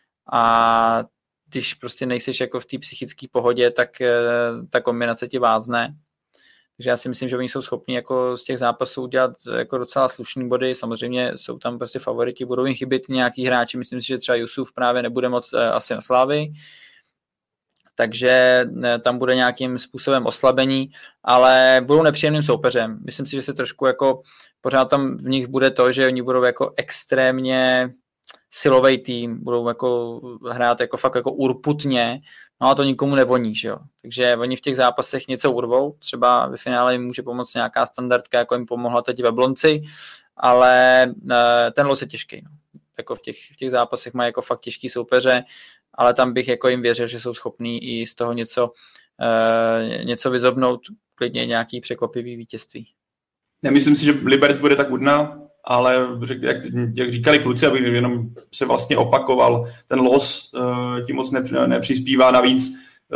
S5: A když prostě nejseš jako v té psychické pohodě, tak ta kombinace ti vázne. Takže já si myslím, že oni jsou schopni jako z těch zápasů udělat jako docela slušný body. Samozřejmě jsou tam prostě favoriti, budou jim chybět nějaký hráči. Myslím si, že třeba Jusuf právě nebude moc asi na Slávy, takže tam bude nějakým způsobem oslabení, ale budou nepříjemným soupeřem. Myslím si, že se trošku jako pořád tam v nich bude to, že oni budou jako extrémně silový tým, budou jako hrát jako fakt jako urputně, no a to nikomu nevoní, že jo. Takže oni v těch zápasech něco urvou, třeba ve finále jim může pomoct nějaká standardka, jako jim pomohla teď v Jablonci, ale ten los je těžký, no. Jako v těch zápasech mají jako fakt těžký soupeře, ale tam bych jako jim věřil, že jsou schopní i z toho něco vyzobnout, klidně nějaký překvapivý vítězství.
S7: Nemyslím si, že Liberec bude tak udná, ale jak říkali kluci, abych jenom se vlastně opakoval, ten los tím moc nepřispívá, navíc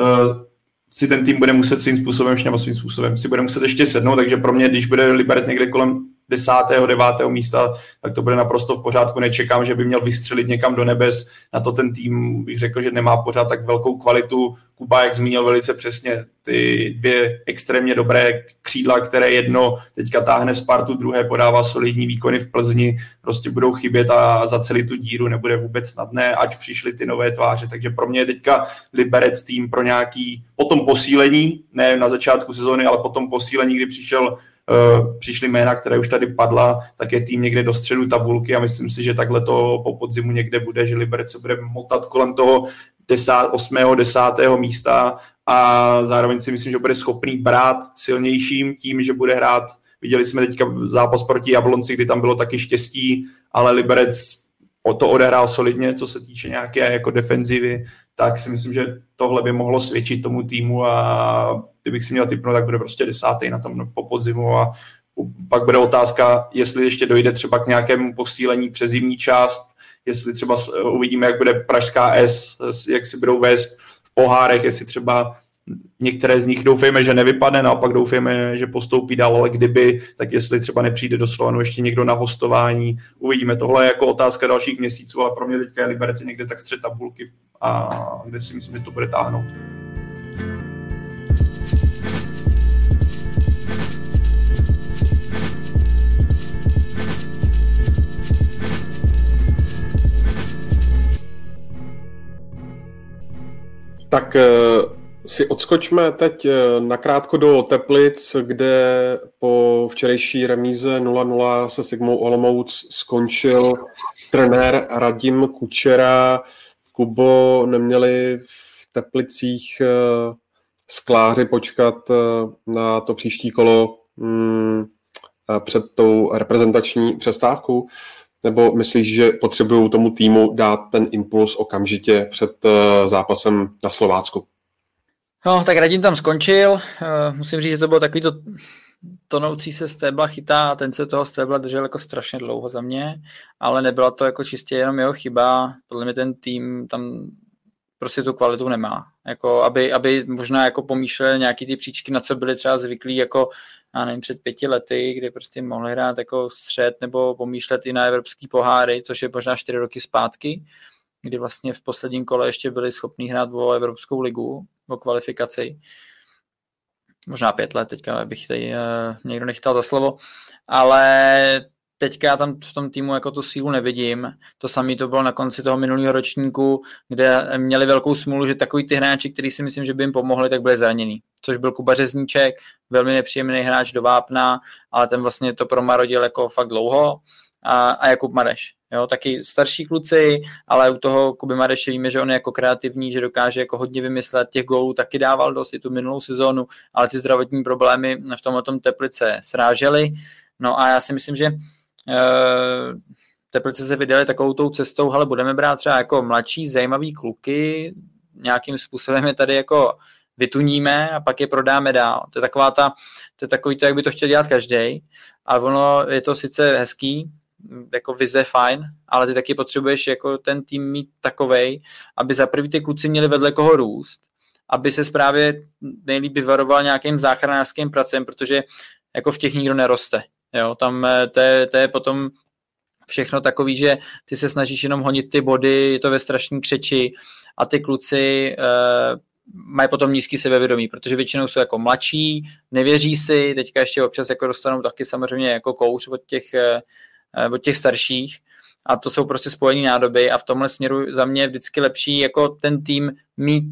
S7: si ten tým bude muset svým způsobem si bude muset ještě sednout, takže pro mě, když bude Liberec někde kolem 10., 9. místa, tak to bude naprosto v pořádku. Nečekám, že by měl vystřelit někam do nebes. Na to ten tým bych řekl, že nemá pořád tak velkou kvalitu. Kuba, jak zmínil velice přesně, ty dvě extrémně dobré křídla, které jedno teďka táhne Spartu, druhé podává solidní výkony v Plzni, prostě budou chybět a zacelit tu díru nebude vůbec snadné, ať přišly ty nové tváře. Takže pro mě je teďka Liberec tým pro nějaký potom posílení, ne na začátku sezóny, ale potom posílení, kdy přišly jména, které už tady padla, tak je tým někde do středu tabulky a myslím si, že takhle to po podzimu někde bude, že Liberec se bude motat kolem toho 8., 10. místa a zároveň si myslím, že bude schopný brát silnějším tím, že bude hrát. Viděli jsme teďka zápas proti Jablonci, kdy tam bylo taky štěstí, ale Liberec to odehrál solidně, co se týče nějaké jako defenzivy, tak si myslím, že tohle by mohlo svědčit tomu týmu a kdybych si měl tipnout, tak bude prostě 10. na tom po podzimu a pak bude otázka, jestli ještě dojde třeba k nějakému posílení přes zimní část, jestli třeba uvidíme, jak bude pražská S, jak si budou vést v pohárech, jestli třeba některé z nich doufejme, že nevypadne, naopak doufejme, že postoupí dál, ale kdyby, tak jestli třeba nepřijde do Slovanu ještě někdo na hostování, uvidíme. Tohle je jako otázka dalších měsíců, ale pro mě teďka je Liberec někde tak střed tabulky a kde si myslím, že to bude táhnout.
S4: Tak si odskočme teď nakrátko do Teplic, kde po včerejší remíze 0-0 se Sigmou Olomouc skončil trenér Radim Kučera. Kubo, neměli v Teplicích skláři počkat na to příští kolo před tou reprezentační přestávkou? Nebo myslíš, že potřebují tomu týmu dát ten impuls okamžitě před zápasem na Slovácku?
S5: No, tak Radim tam skončil. Musím říct, že to bylo takový to tonoucí se stébla chytá a ten se toho stébla držel jako strašně dlouho za mě, ale nebyla to jako čistě jenom jeho chyba. Podle mě ten tým tam prostě tu kvalitu nemá. Jako, aby možná jako pomýšlel nějaký ty příčky, na co byli třeba zvyklí jako já nevím, před 5 lety, kdy prostě mohli hrát jako střed nebo pomýšlet i na evropský poháry, což je možná 4 roky zpátky, kdy vlastně v posledním kole ještě byli schopní hrát o Evropskou ligu, o kvalifikaci. Možná 5 let, teďka bych tady někdo nechytal za slovo, ale teďka já tam v tom týmu jako tu sílu nevidím. To samé to bylo na konci toho minulého ročníku, kde měli velkou smůlu, že takový ty hráči, který si myslím, že by jim pomohli, tak byli zranění. Což byl Kuba Řezníček, velmi nepříjemný hráč do vápna, ale ten vlastně to promarodil jako fakt dlouho. A Jakub Mareš. Jo, taky starší kluci, ale u toho Kuby Mareše víme, že on je jako kreativní, že dokáže jako hodně vymyslet, těch gólů taky dával dost i tu minulou sezónu, ale ty zdravotní problémy v tomhletom Teplice srážely. No a já si myslím, že Teplice se vydali takovou tou cestou, ale budeme brát třeba jako mladší, zajímavý kluky, nějakým způsobem je tady jako vytuníme a pak je prodáme dál. To je takový to, jak by to chtěl dělat každý. A ono je to sice hezký, jako vize fajn, ale ty taky potřebuješ jako ten tým mít takovej, aby za první ty kluci měli vedle koho růst, aby se právě nejlíp vyvaroval nějakým záchranářským pracem, protože jako v těch nikdo neroste. Jo? Tam to je potom všechno takový, že ty se snažíš jenom honit ty body, je to ve strašný křeči a ty kluci mají potom nízký sebevědomí, protože většinou jsou jako mladší, nevěří si, teďka ještě občas jako dostanou taky samozřejmě jako kouř od těch starších a to jsou prostě spojené nádoby a v tomhle směru za mě vždycky lepší jako ten tým mít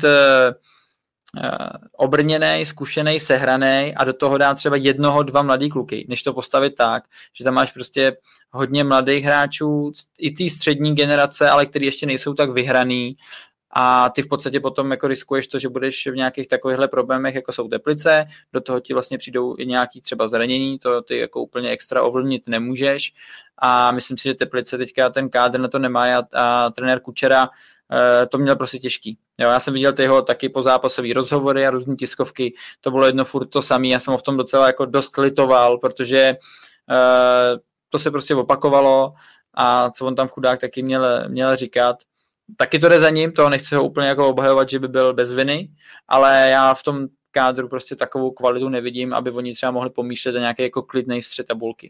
S5: obrněnej, zkušenej, sehranej a do toho dát třeba 1-2 mladý kluky, než to postavit tak, že tam máš prostě hodně mladých hráčů, i té střední generace, ale který ještě nejsou tak vyhraný a ty v podstatě potom jako riskuješ to, že budeš v nějakých takovýchhle problémech, jako jsou Teplice, do toho ti vlastně přijdou i nějaký třeba zranění, to ty jako úplně extra ovlivnit nemůžeš a myslím si, že Teplice teďka ten kádr na to nemá a trenér Kučera to měl prostě těžký. Jo, já jsem viděl ty jeho taky pozápasové rozhovory a různé tiskovky, to bylo jedno furt to samé, já jsem ho v tom docela jako dost litoval, protože to se prostě opakovalo a co on tam chudák taky měl říkat. Taky to jde za ním, to nechci ho úplně jako obhajovat, že by byl bez viny, ale já v tom kádru prostě takovou kvalitu nevidím, aby oni třeba mohli pomýšlet na nějaký jako klidnej střed tabulky.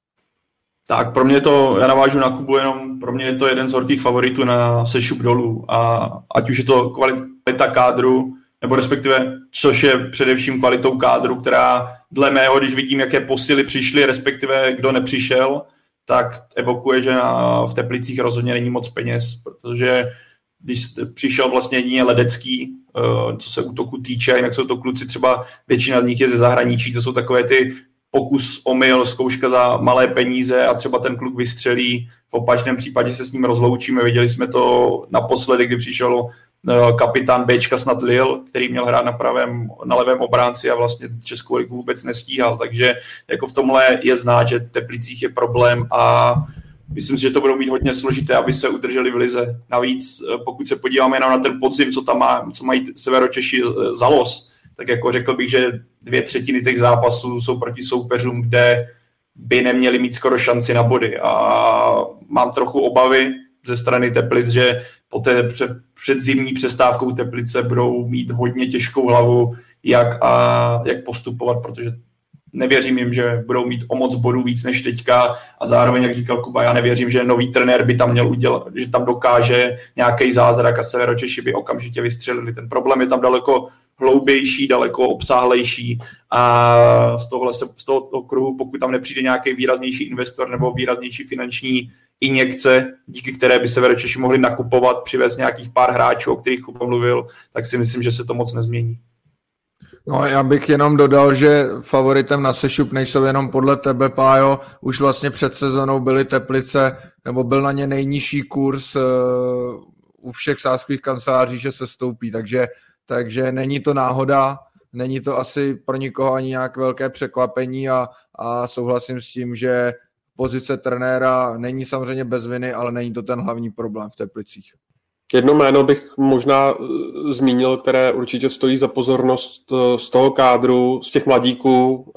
S7: Tak pro mě to, já navážu na Kubu, jenom pro mě je to jeden z horkých favoritů na sešup dolů a ať už je to kvalita kádru, nebo respektive, což je především kvalitou kádru, která dle mého, když vidím, jaké posily přišly, respektive kdo nepřišel, tak evokuje, že v Teplicích rozhodně není moc peněz, protože když přišel vlastně jedině Ledecký, co se útoku týče, jinak jsou to kluci, třeba většina z nich je ze zahraničí, to jsou takové ty pokus, omyl, zkouška za malé peníze a třeba ten kluk vystřelí, v opačném případě se s ním rozloučíme. Viděli jsme to naposledy, kdy přišel kapitán Bčka snad Lille, který měl hrát na levém obránci a vlastně Českou ligu vůbec nestíhal, takže jako v tomhle je znát, že v Teplicích je problém a myslím si, že to budou mít hodně složité, aby se udrželi v lize. Navíc, pokud se podíváme jenom na ten podzim, co mají Severočeši za los, tak jako řekl bych, že 2/3 těch zápasů jsou proti soupeřům, kde by neměli mít skoro šanci na body. A mám trochu obavy ze strany Teplic, že po té předzimní přestávkou Teplice budou mít hodně těžkou hlavu, jak postupovat, protože nevěřím jim, že budou mít o moc bodů víc než teďka a zároveň, jak říkal Kuba, já nevěřím, že nový trenér by tam měl udělat, že tam dokáže nějaký zázrak a Severočeši by okamžitě vystřelili. Ten problém je tam daleko hloubější, daleko obsáhlejší a z toho kruhu, pokud tam nepřijde nějaký výraznější investor nebo výraznější finanční injekce, díky které by Severočeši mohli nakupovat, přivést nějakých pár hráčů, o kterých Kuba mluvil, tak si myslím, že se to moc nezmění.
S6: No já bych jenom dodal, že favoritem na sešup nejsou jenom podle tebe, Pájo, už vlastně před sezónou byly Teplice, nebo byl na ně nejnižší kurz u všech sázkových kanceláří, že se stoupí, takže není to náhoda, není to asi pro nikoho ani nějak velké překvapení a souhlasím s tím, že pozice trenéra není samozřejmě bez viny, ale není to ten hlavní problém v Teplicích.
S4: Jedno jméno bych možná zmínil, které určitě stojí za pozornost z toho kádru, z těch mladíků,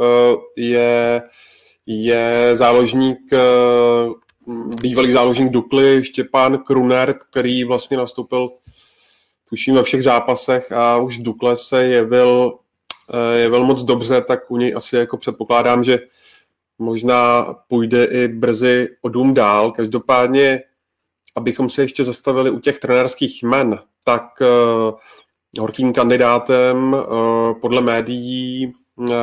S4: je záložník, bývalý záložník Dukly, Štěpán Krunert, který vlastně nastoupil tuším ve všech zápasech a už v Dukle se jevil moc dobře, tak u něj asi jako předpokládám, že možná půjde i brzy o dům dál. Každopádně, abychom se ještě zastavili u těch trenérských jmen, tak horkým kandidátem podle médií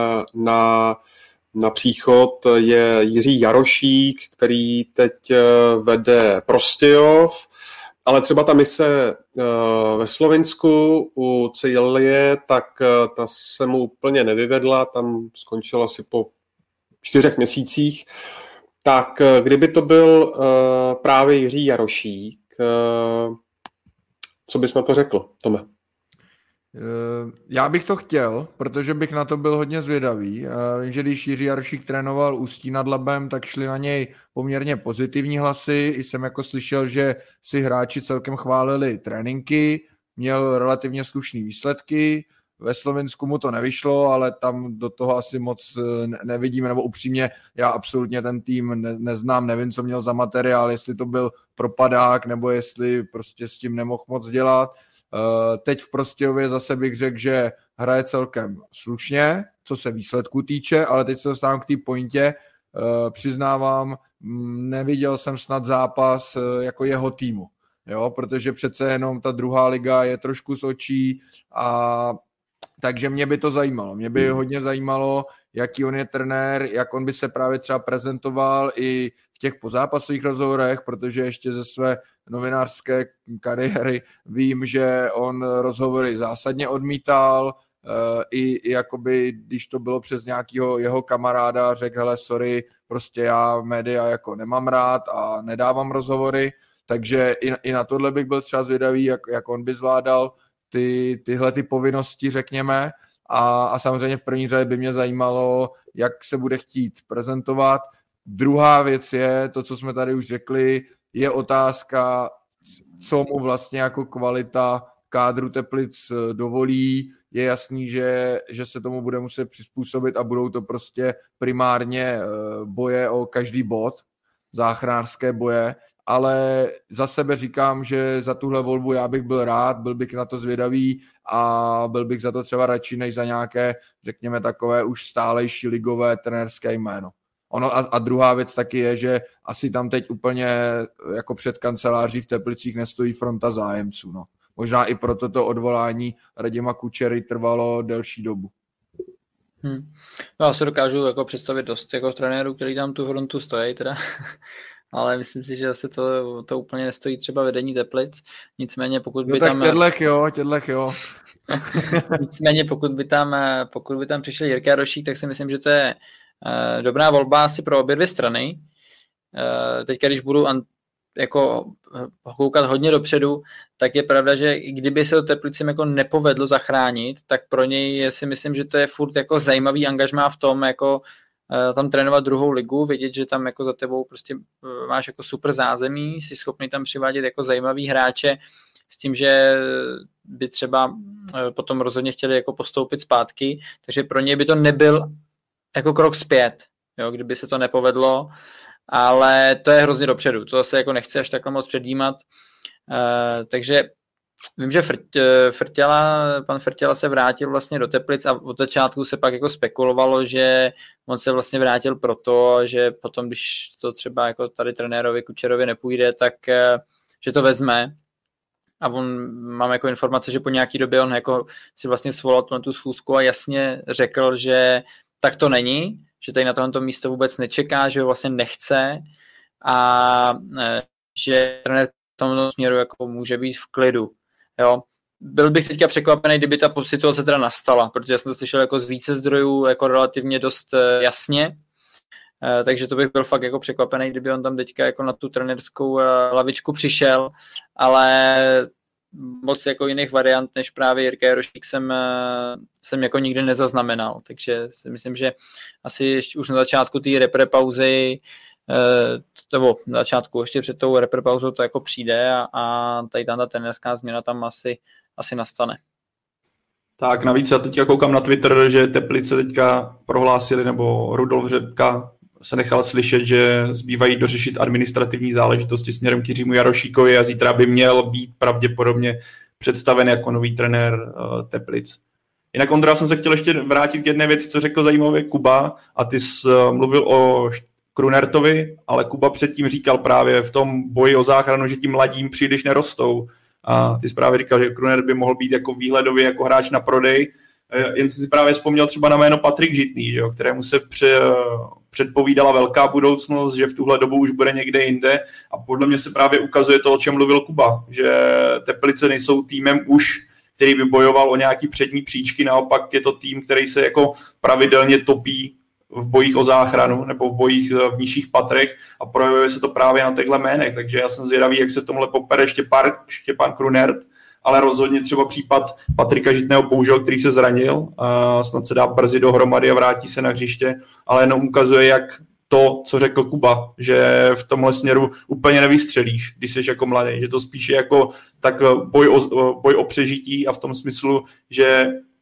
S4: na příchod je Jiří Jarošík, který teď vede Prostějov, ale třeba ta mise ve Slovinsku u Ceilie, tak ta se mu úplně nevyvedla, tam skončila asi po 4 měsících. Tak kdyby to byl právě Jiří Jarošík, co bys na to řekl, Tome?
S6: Já bych to chtěl, protože bych na to byl hodně zvědavý. Vím, že když Jiří Jarošík trénoval Ústí nad Labem, tak šli na něj poměrně pozitivní hlasy. I jsem jako slyšel, že si hráči celkem chválili tréninky, měl relativně slušné výsledky, Ve Slovinsku mu to nevyšlo, ale tam do toho asi moc nevidíme, nebo upřímně já absolutně ten tým neznám, nevím, co měl za materiál, jestli to byl propadák, nebo jestli prostě s tím nemohl moc dělat. Teď v Prostějově zase bych řekl, že hraje celkem slušně, co se výsledku týče, ale teď se dostávám k té pointě. Přiznávám, neviděl jsem snad zápas jako jeho týmu, jo, protože přece jenom ta druhá liga je trošku z očí, a takže mě by to zajímalo. Mě by hodně zajímalo, jaký on je trenér, jak on by se právě třeba prezentoval i v těch pozápasových rozhovorech, protože ještě ze své novinářské kariéry vím, že on rozhovory zásadně odmítal, i jakoby, když to bylo přes nějakého jeho kamaráda, řekl, hele, sorry, prostě já média jako nemám rád a nedávám rozhovory, takže i na tohle bych byl třeba zvědavý, jak on by zvládal tyhle ty povinnosti, řekněme, a samozřejmě v první řadě by mě zajímalo, jak se bude chtít prezentovat. Druhá věc je, to, co jsme tady už řekli, je otázka, co mu vlastně jako kvalita kádru Teplic dovolí. Je jasný, že se tomu bude muset přizpůsobit a budou to prostě primárně boje o každý bod, záchranářské boje, ale za sebe říkám, že za tuhle volbu já bych byl rád, byl bych na to zvědavý a byl bych za to třeba radši, než za nějaké, řekněme, takové už stálejší ligové trenérské jméno. Ono a druhá věc taky je, že asi tam teď úplně jako před kanceláří v Teplicích nestojí fronta zájemců. No. Možná i proto to odvolání Radima Kučery trvalo delší dobu.
S5: Já se dokážu jako představit dost jako trenérů, který tam tu frontu stojí teda. Ale myslím si, že zase to úplně nestojí třeba vedení Teplic. Nicméně pokud by tam...
S6: Tědlech jo.
S5: Nicméně pokud by tam přišel Jirka Jarošík, tak si myslím, že to je dobrá volba asi pro obě dvě strany. Teďka, když budu jako koukat hodně dopředu, tak je pravda, že i kdyby se to Teplicím jako nepovedlo zachránit, tak pro něj si myslím, že to je furt jako zajímavý angažmá v tom, jako tam trénovat druhou ligu, vědět, že tam jako za tebou prostě máš jako super zázemí, jsi schopný tam přivádět jako zajímavý hráče s tím, že by třeba potom rozhodně chtěli jako postoupit zpátky, takže pro něj by to nebyl jako krok zpět, jo, kdyby se to nepovedlo, ale to je hrozně dopředu, to zase jako nechci až takhle moc předjímat, takže vím, že pan Frtěla se vrátil vlastně do Teplic a od začátku se pak jako spekulovalo, že on se vlastně vrátil proto, že potom, když to třeba jako tady trenérovi Kučerovi nepůjde, tak že to vezme. A mám jako informace, že po nějaký době on jako si vlastně svolal tu schůzku a jasně řekl, že tak to není, že tady na tohle místo vůbec nečeká, že ho vlastně nechce a že trenér v tomto směru jako může být v klidu. Jo. Byl bych teďka překvapený, kdyby ta situace teda nastala, protože jsem to slyšel jako z více zdrojů jako relativně dost jasně, takže to bych byl fakt jako překvapený, kdyby on tam teďka jako na tu trenérskou lavičku přišel, ale moc jako jiných variant, než právě Jirka Jarošík jsem jako nikdy nezaznamenal, takže si myslím, že asi ještě už na začátku té repre pauzy nebo na začátku ještě před tou repre pauzou to jako přijde a tady ta trenérská změna tam asi nastane.
S7: Tak navíc já teďka koukám na Twitter, že Teplice teďka prohlásili, nebo Rudolf Řepka se nechal slyšet, že zbývají dořešit administrativní záležitosti směrem k Jiřímu Jarošíkovi a zítra by měl být pravděpodobně představen jako nový trenér Teplic. Jinak, Ondra, jsem se chtěl ještě vrátit k jedné věci, co řekl zajímavě Kuba, a ty jsi mluvil o Krunertovi, ale Kuba předtím říkal právě v tom boji o záchranu, že ti mladím příliš nerostou. A ty jsi právě říkal, že Krunert by mohl být jako výhledově jako hráč na prodej. Jen si právě vzpomněl třeba na jméno Patrik Žitný, že jo, kterému se předpovídala velká budoucnost, že v tuhle dobu už bude někde jinde. A podle mě se právě ukazuje to, o čem mluvil Kuba, že Teplice nejsou týmem už, který by bojoval o nějaký přední příčky, naopak je to tým, který se jako pravidelně topí v bojích o záchranu nebo v bojích v nižších patrech a projevuje se to právě na těchto jménech, takže já jsem zvědavý, jak se tomhle popere Štěpán Krunert, ale rozhodně třeba případ Patrika Žitného použil, který se zranil a snad se dá brzy dohromady a vrátí se na hřiště, ale jenom ukazuje, jak to, co řekl Kuba, že v tomhle směru úplně nevystřelíš, když jsi jako mladý, že to spíše jako tak boj o přežití a v tom smyslu, že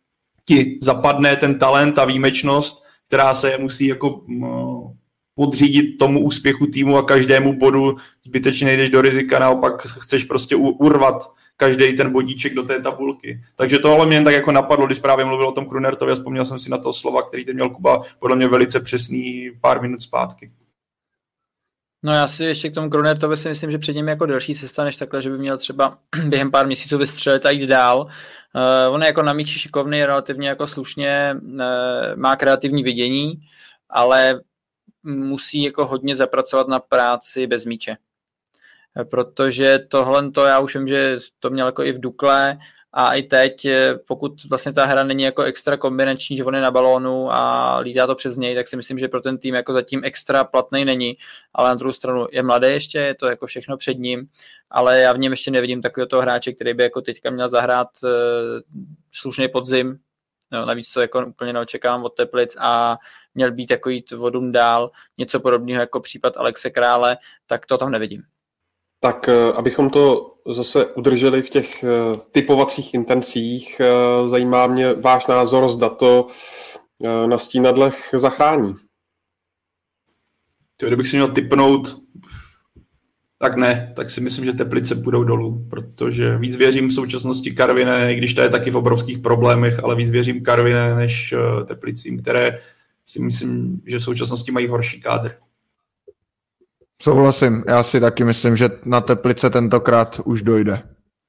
S7: ti zapadne ten talent a výjimečnost, která se musí jako podřídit tomu úspěchu týmu a každému bodu, zbytečně nejdeš do rizika, naopak chceš prostě urvat každý ten bodíček do té tabulky. Takže tohle mě tak jako napadlo, když právě mluvil o tom Krunertovi a vzpomněl jsem si na toho slova, který teď měl Kuba podle mě velice přesný pár minut zpátky.
S5: No já si ještě k tomu Krunertovi si myslím, že před ním je jako delší cesta, než takhle, že by měl třeba během pár měsíců vystřelit a jít dál. On je jako na míči šikovný, relativně jako slušně, má kreativní vidění, ale musí jako hodně zapracovat na práci bez míče. Protože tohle to já už vím, že to měl jako i v Dukle a i teď, pokud vlastně ta hra není jako extra kombinační, že on je na balónu a lídá to přes něj, tak si myslím, že pro ten tým jako zatím extra platnej není, ale na druhou stranu je mladý ještě, je to jako všechno před ním, ale já v něm ještě nevidím takového toho hráče, který by jako teďka měl zahrát slušný podzim. No, navíc to jako úplně neočekávám od Teplic a měl být jako jít vodům dál, něco podobného jako případ Alexe Krále, tak to tam nevidím.
S4: Tak abychom to zase udrželi v těch typovacích intencích, zajímá mě váš názor, zda to na Stínadlech zachrání.
S7: Kdybych si měl tipnout, tak ne, tak si myslím, že Teplice půjdou dolů, protože víc věřím v současnosti Karviné, i když to je taky v obrovských problémech, ale víc věřím Karviné než Teplicím, které si myslím, že v současnosti mají horší kádr.
S6: Souhlasím, já si taky myslím, že na Teplice tentokrát už dojde.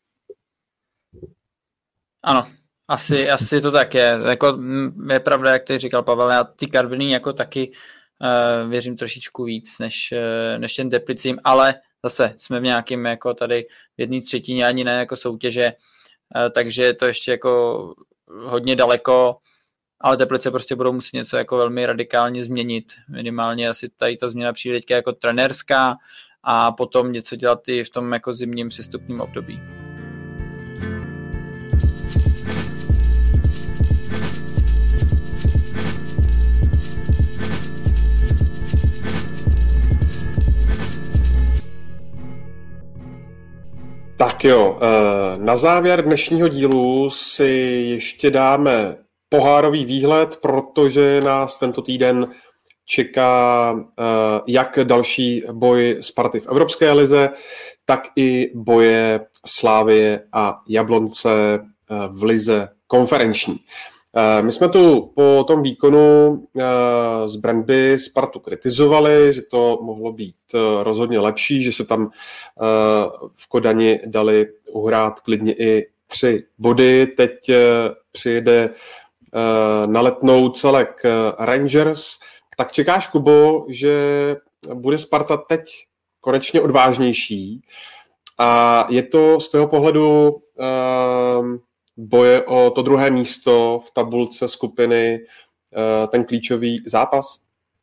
S5: Ano, asi to tak je. Jako, je pravda, jak tady říkal Pavel, já ty Karviný jako taky věřím trošičku víc než ten Teplicím, ale zase jsme v nějakém jako tady v 1/3 ani ne jako soutěže, takže je to ještě jako hodně daleko, ale Teplice prostě budou muset něco jako velmi radikálně změnit. Minimálně asi tady ta změna přijde teďka jako trenérská a potom něco dělat i v tom jako zimním přestupním období.
S4: Tak jo, na závěr dnešního dílu si ještě dáme pohárový výhled, protože nás tento týden čeká jak další boj Sparty v Evropské lize, tak i boje Slavie a Jablonce v lize konferenční. My jsme tu po tom výkonu z Brandby Spartu kritizovali, že to mohlo být rozhodně lepší, že se tam v Kodani dali uhrát klidně i 3 body. Teď přijede na Letnou celek Rangers. Tak čekáš, Kubo, že bude Sparta teď konečně odvážnější a je to z toho pohledu boje o to druhé místo v tabulce skupiny ten klíčový zápas?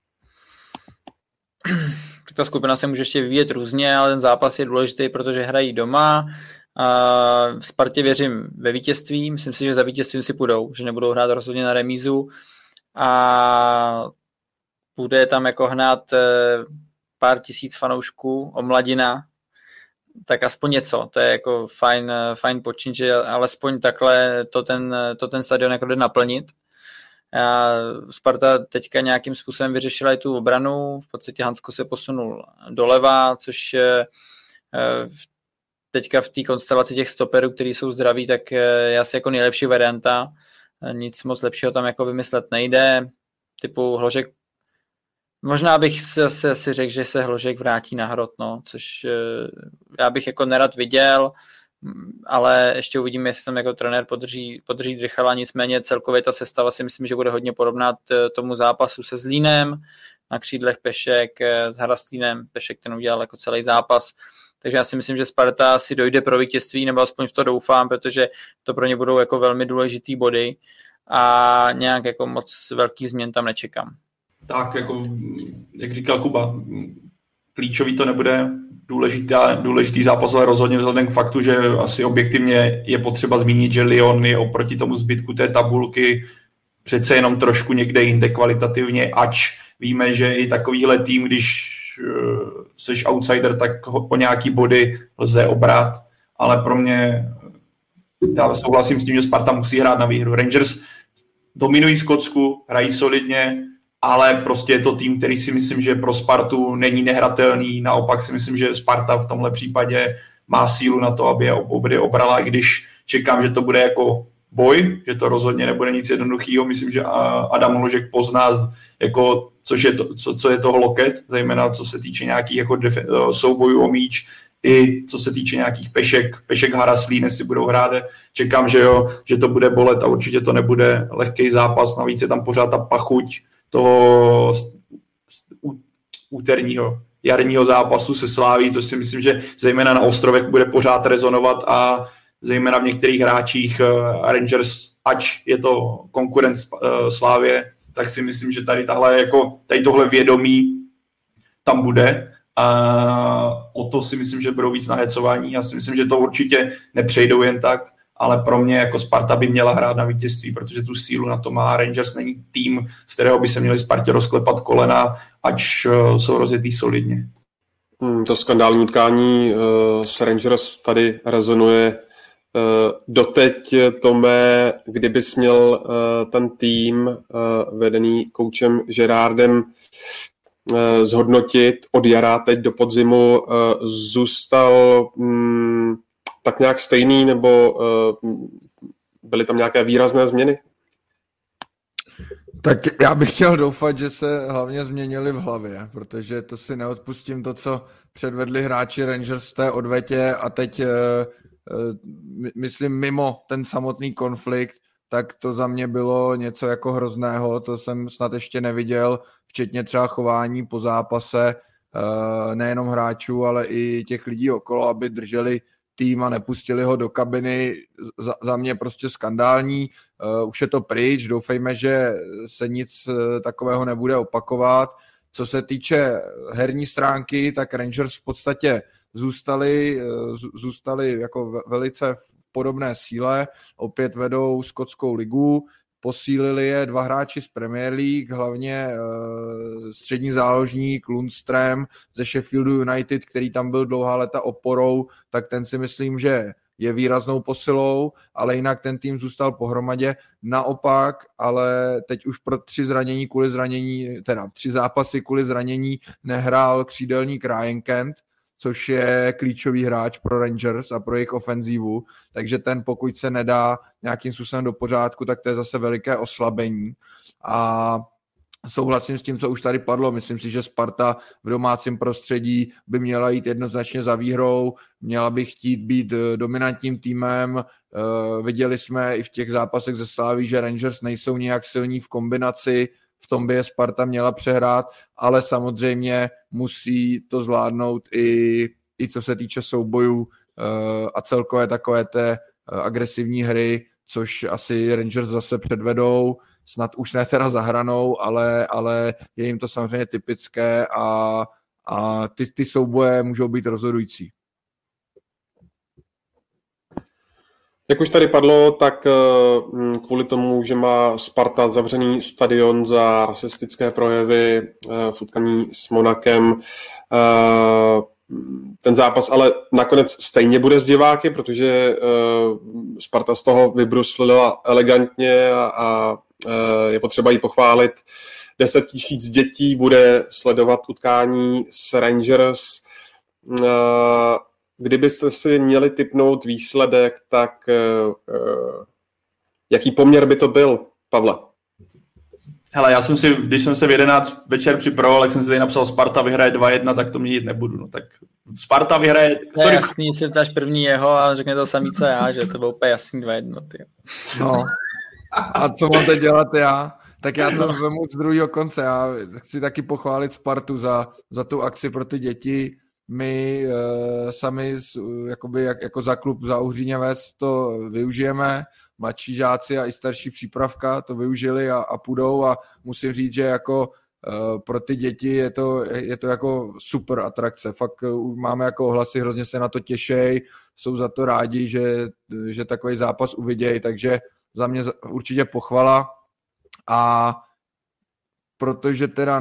S5: Ta skupina se může ještě vyvíjet různě, ale ten zápas je důležitý, protože hrají doma. V Spartě věřím ve vítězství, myslím si, že za vítězstvím si půjdou, že nebudou hrát rozhodně na remízu a bude tam jako hnát pár tisíc fanoušků, omladina, tak aspoň něco, to je jako fajn počin, že alespoň takhle to ten stadion jako jde naplnit. Sparta teďka nějakým způsobem vyřešila i tu obranu, v podstatě Hansko se posunul doleva, což teďka v té konstelaci těch stoperů, kteří jsou zdraví, tak je asi jako nejlepší varianta. Nic moc lepšího tam jako vymyslet nejde. Typu Hložek, možná bych si řekl, že se Hložek vrátí na Hrot, no, což já bych jako nerad viděl, ale ještě uvidíme, jestli tam jako trenér podrží Drychala, nicméně celkově ta sestava si myslím, že bude hodně podobná tomu zápasu se Zlínem, na křídlech Pešek, s Hrastlínem, Pešek ten udělal jako celý zápas, takže já si myslím, že Sparta si dojde pro vítězství, nebo aspoň v to doufám, protože to pro ně budou jako velmi důležitý body a nějak jako moc velký změn tam nečekám.
S7: Tak, jako, jak říkal Kuba, klíčový to nebude důležitý zápas, ale rozhodně vzhledem k faktu, že asi objektivně je potřeba zmínit, že Lyon je oproti tomu zbytku té tabulky přece jenom trošku někde jinde kvalitativně, ač víme, že i takovýhle tým, když seš outsider, tak po nějaký body lze obrat, ale pro mě, já souhlasím s tím, že Sparta musí hrát na výhru. Rangers dominují Skotsku, hrají solidně, ale prostě je to tým, který si myslím, že pro Spartu není nehratelný, naopak si myslím, že Sparta v tomhle případě má sílu na to, aby je obrala, i když čekám, že to bude jako boj, že to rozhodně nebude nic jednoduchého. Myslím, že Adam Ložek pozná, jako, co je toho loket, zejména co se týče nějakých jako soubojů o míč, i co se týče nějakých pešek haraslí, než si budou hrát. Čekám, že to bude bolet a určitě to nebude lehký zápas. Navíc je tam pořád ta pachuť toho úterního, jarního zápasu se Sláví, což si myslím, že zejména na ostrovech bude pořád rezonovat a zejména v některých hráčích Rangers, ač je to konkurent Slávě, tak si myslím, že tady tohle vědomí tam bude. A o to si myslím, že budou víc nahecování. Já si myslím, že to určitě nepřejdou jen tak, ale pro mě jako Sparta by měla hrát na vítězství, protože tu sílu na to má. Rangers není tým, z kterého by se měli Spartě rozklepat kolena, ač jsou rozjetý solidně.
S4: To skandální utkání s Rangers tady rezonuje doteď. Tome, kdybys měl ten tým vedený koučem Gerardem zhodnotit od jara teď do podzimu, zůstal tak nějak stejný, nebo byly tam nějaké výrazné změny?
S6: Tak já bych chtěl doufat, že se hlavně změnili v hlavě, protože to si neodpustím to, co předvedli hráči Rangers v té odvetě a teď myslím mimo ten samotný konflikt, tak to za mě bylo něco jako hrozného, to jsem snad ještě neviděl, včetně třeba chování po zápase, nejenom hráčů, ale i těch lidí okolo, aby drželi tým a nepustili ho do kabiny, za mě prostě skandální. Už je to pryč, doufejme, že se nic takového nebude opakovat. Co se týče herní stránky, tak Rangers v podstatě zůstali jako velice v podobné síle, opět vedou skotskou ligu, posílili je 2 hráči z Premier League, hlavně střední záložník Lundström ze Sheffieldu United, který tam byl dlouhá léta oporou, tak ten si myslím, že je výraznou posilou, ale jinak ten tým zůstal pohromadě. Naopak, ale teď už pro 3 zápasy kvůli zranění nehrál křídelník Ryan Kent, což je klíčový hráč pro Rangers a pro jejich ofenzívu, takže ten, pokud se nedá nějakým způsobem do pořádku, tak to je zase veliké oslabení. A souhlasím s tím, co už tady padlo. Myslím si, že Sparta v domácím prostředí by měla jít jednoznačně za výhrou, měla by chtít být dominantním týmem. Viděli jsme i v těch zápasech ze Sláví, že Rangers nejsou nějak silní v kombinaci, v tom by je Sparta měla přehrát, ale samozřejmě musí to zvládnout i co se týče soubojů a celkové takové té agresivní hry, což asi Rangers zase předvedou, snad už ne teda za hranou, ale je jim to samozřejmě typické a ty souboje můžou být rozhodující.
S4: Jak už tady padlo, tak kvůli tomu, že má Sparta zavřený stadion za rasistické projevy v utkání s Monakem, ten zápas ale nakonec stejně bude s diváky, protože Sparta z toho vybruslila elegantně a je potřeba jí pochválit. 10 000 dětí bude sledovat utkání s Rangers. Kdybyste si měli tipnout výsledek, tak jaký poměr by to byl, Pavle?
S7: Hele, když jsem se v 11 večer připravoval, jak jsem si tady napsal Sparta vyhraje 2-1, tak to měnit nebudu. No, tak Sparta vyhraje...
S5: To je jasný, si ptáš první jeho a řekne to samý, co já, že to bylo úplně jasný 2-1. Ty.
S6: No. A co mám teď dělat já? Tak já to vemu z druhého konce. Já chci taky pochválit Spartu za tu akci pro ty děti. My sami jakoby, jako za klub za Uhříněvec to využijeme, mladší žáci a i starší přípravka to využili a půjdou a musím říct, že jako pro ty děti je to jako super atrakce. Fakt máme jako ohlasy, hrozně se na to těšej, jsou za to rádi, že takový zápas uvidějí, takže za mě určitě pochvala a protože teda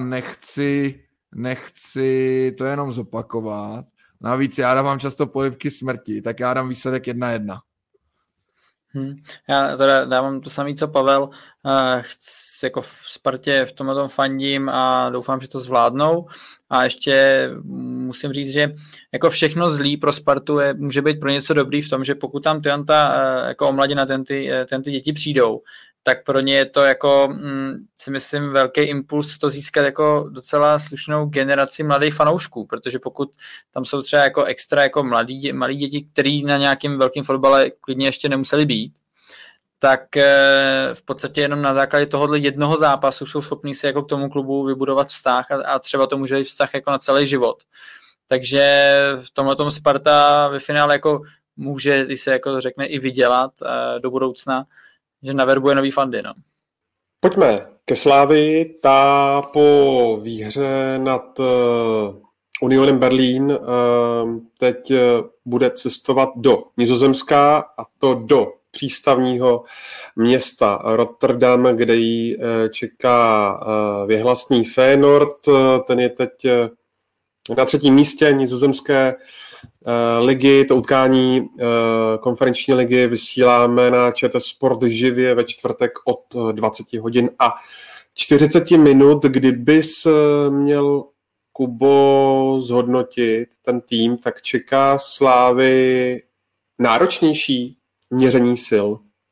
S6: nechci to jenom zopakovat. Navíc já dávám často polibky smrti, tak já dám výsledek 1-1.
S5: Já teda dávám to samé, co Pavel. Jako v Spartě v tomhle fandím a doufám, že to zvládnou. A ještě musím říct, že jako všechno zlý pro Spartu může být pro něco dobrý v tom, že pokud tam jako omladina ty děti přijdou, tak pro ně je to jako, si myslím, velký impuls to získat jako docela slušnou generaci mladých fanoušků, protože pokud tam jsou třeba jako extra jako malí děti, který na nějakém velkém fotbale klidně ještě nemuseli být, tak v podstatě jenom na základě tohohle jednoho zápasu jsou schopní si jako k tomu klubu vybudovat vztah a třeba to může být vztah jako na celý život. Takže v tomhletom Sparta ve finále jako může, když se jako řekne, i vydělat do budoucna, že naverbuje nový fandy, no.
S4: Pojďme ke Slávii. Ta po výhře nad Unionem Berlín teď bude cestovat do Nizozemska, a to do přístavního města Rotterdam, kde ji čeká věhlasný Feyenoord. Ten je teď na 3. místě nizozemské ligy. To utkání konferenční ligy vysíláme na ČT Sport živě ve čtvrtek od 20 hodin a 40 minut. Kdybys měl, Kubo, zhodnotit ten tým, tak čeká Slávy náročnější měření sil?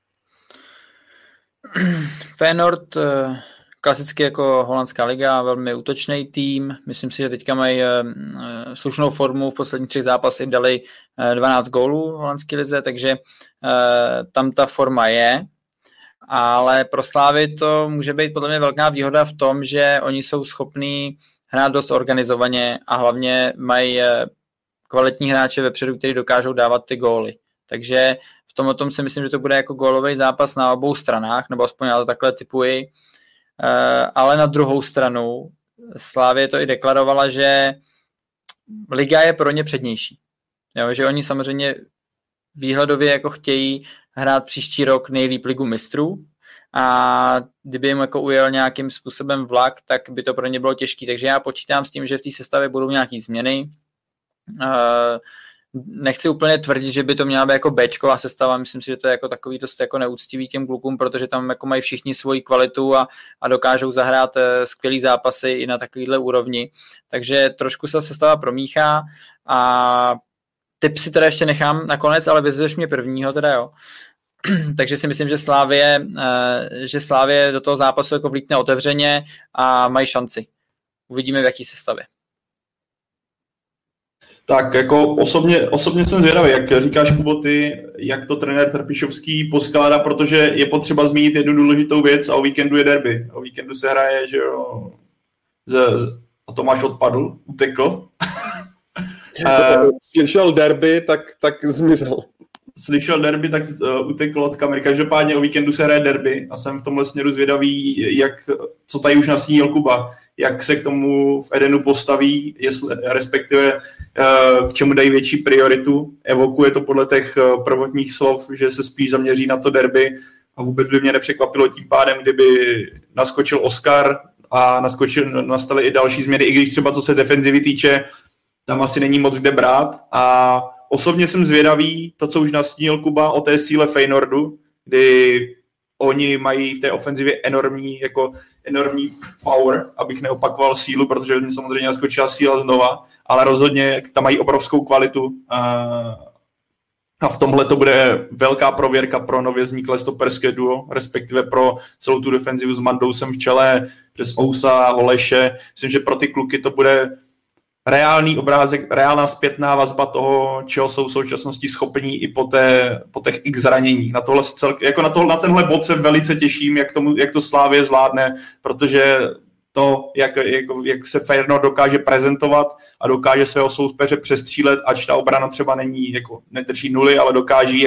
S5: Feyenoord klasicky jako holandská liga, velmi útočný tým. Myslím si, že teďka mají slušnou formu. V posledních 3 zápasech dali 12 gólů v holandské lize, takže tam ta forma je. Ale pro Slávy to může být podle mě velká výhoda v tom, že oni jsou schopní hrát dost organizovaně a hlavně mají kvalitní hráče vepředu, kteří dokážou dávat ty góly. Takže v tomhle si myslím, že to bude jako gólový zápas na obou stranách, nebo aspoň já to takhle tipuji. Ale na druhou stranu Slavie to i deklarovala, že liga je pro ně přednější. Jo, že oni samozřejmě výhledově jako chtějí hrát příští rok nejlíp ligu mistrů a kdyby jim jako ujel nějakým způsobem vlak, tak by to pro ně bylo těžké. Takže já počítám s tím, že v té sestavě budou nějaký změny. Nechci úplně tvrdit, že by to měla být jako Bčková sestava, myslím si, že to je jako takový dost jako neúctivý těm klukům, protože tam jako mají všichni svoji kvalitu a dokážou zahrát skvělý zápasy i na takovýhle úrovni. Takže trošku se sestava promíchá a tip si teda ještě nechám nakonec, ale vyzveš mě prvního teda, jo. Takže si myslím, že Slavie do toho zápasu jako vlítne otevřeně a mají šanci. Uvidíme, v jaký sestavě.
S7: Tak jako osobně jsem zvědavý, jak říkáš, Kubo, ty, jak to trenér Trpišovský poskládá, protože je potřeba zmínit jednu důležitou věc a o víkendu je derby. O víkendu se hraje, že jo, a Tomáš odpadl, utekl.
S4: Slyšel derby, tak zmizel.
S7: Slyšel derby, tak utekl od kamery. Každopádně o víkendu se hraje derby a jsem v tomhle směru zvědavý, co tady už nasnil Kuba, jak se k tomu v Edenu postaví, respektive k čemu dají větší prioritu. Evokuje to podle těch prvotních slov, že se spíš zaměří na to derby a vůbec by mě nepřekvapilo tím pádem, kdyby naskočil Oscar a nastaly i další změny, i když třeba co se defenzivy týče, tam asi není moc kde brát. A osobně jsem zvědavý, to, co už nastínil Kuba o té síle Feyenoordu, kdy oni mají v té ofenzivě enormní power, abych neopakoval sílu, protože mě samozřejmě naskočila síla znova, ale rozhodně tam mají obrovskou kvalitu a v tomhle to bude velká prověrka pro nově vzniklé stoperské duo, respektive pro celou tu defenzivu s Mandousem v čele, přes Ousa, Holeše. Myslím, že pro ty kluky to bude reálný obrázek, reálná zpětná vazba toho, čeho jsou v současnosti schopní i po těch x zraněních. Na tenhle bod se velice těším, jak to Slavie zvládne, protože to, jak se Feyenoord dokáže prezentovat a dokáže svého soupeře přestřílet, ač ta obrana třeba nedrží nuly, ale dokáží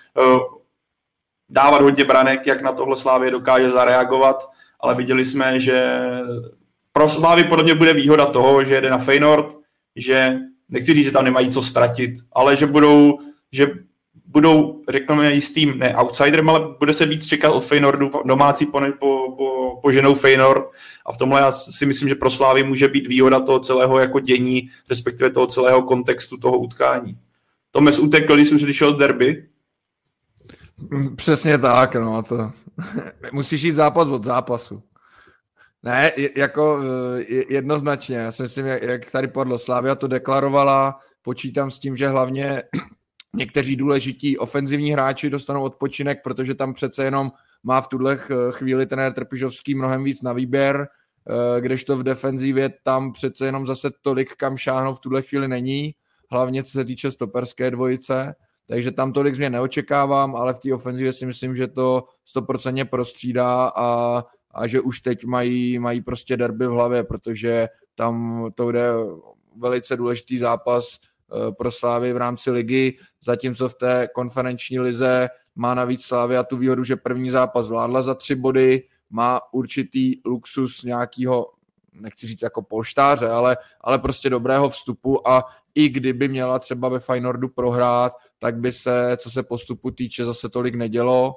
S7: dávat hodně branek, jak na tohle Slavie dokáže zareagovat, ale viděli jsme, že pro Slávy podle mě bude výhoda toho, že jede na Feyenoord, že nechci říct, že tam nemají co ztratit, ale že budou řekněme jistým, ne outsiderem, ale bude se víc čekat od Feyenoordu, domácí poženou Feyenoord a v tomhle já si myslím, že pro Slávy může být výhoda toho celého jako dění, respektive toho celého kontextu toho utkání. Tomes utekl, když jsem slyšel z derby.
S6: Přesně tak, no to. Musíš jít zápas od zápasu. Ne, jako jednoznačně, já si myslím, jak tady padlo, Slavia to deklarovala, počítám s tím, že hlavně někteří důležití ofenzivní hráči dostanou odpočinek, protože tam přece jenom má v tuhle chvíli trenér Trpišovský mnohem víc na výběr, kdežto v defenzivě tam přece jenom zase tolik kam šáhnout v tuhle chvíli není, hlavně co se týče stoperské dvojice, takže tam tolik změn neočekávám, ale v té ofenzivě si myslím, že to 100% prostřídá a že už teď mají prostě derby v hlavě, protože tam to bude velice důležitý zápas pro Slávy v rámci ligy, zatímco v té konferenční lize má navíc Slavia tu výhodu, že první zápas zvládla za 3 body, má určitý luxus nějakého, nechci říct jako polštáře, ale prostě dobrého vstupu a i kdyby měla třeba ve Feyenoordu prohrát, tak by se, co se postupu týče, zase tolik nedělo,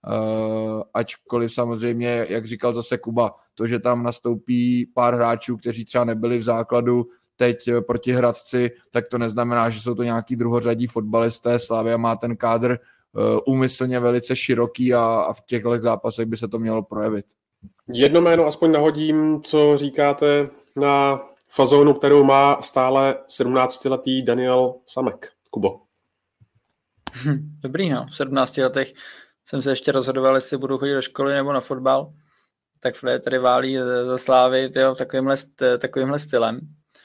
S6: ačkoliv samozřejmě, jak říkal zase Kuba, to, že tam nastoupí pár hráčů, kteří třeba nebyli v základu teď proti Hradci, tak to neznamená, že jsou to nějaký druhořadí fotbalisté. Slavia má ten kádr úmyslně velice široký a v těchto zápasech by se to mělo projevit.
S4: Jedno jméno aspoň nahodím, co říkáte na fazónu, kterou má stále 17letý Daniel Samek. Kubo.
S5: Dobrý, no. V 17 letech jsem se ještě rozhodoval, jestli budu chodit do školy nebo na fotbal. Tak Fred tady válí za Slávy takovýmhle stylem.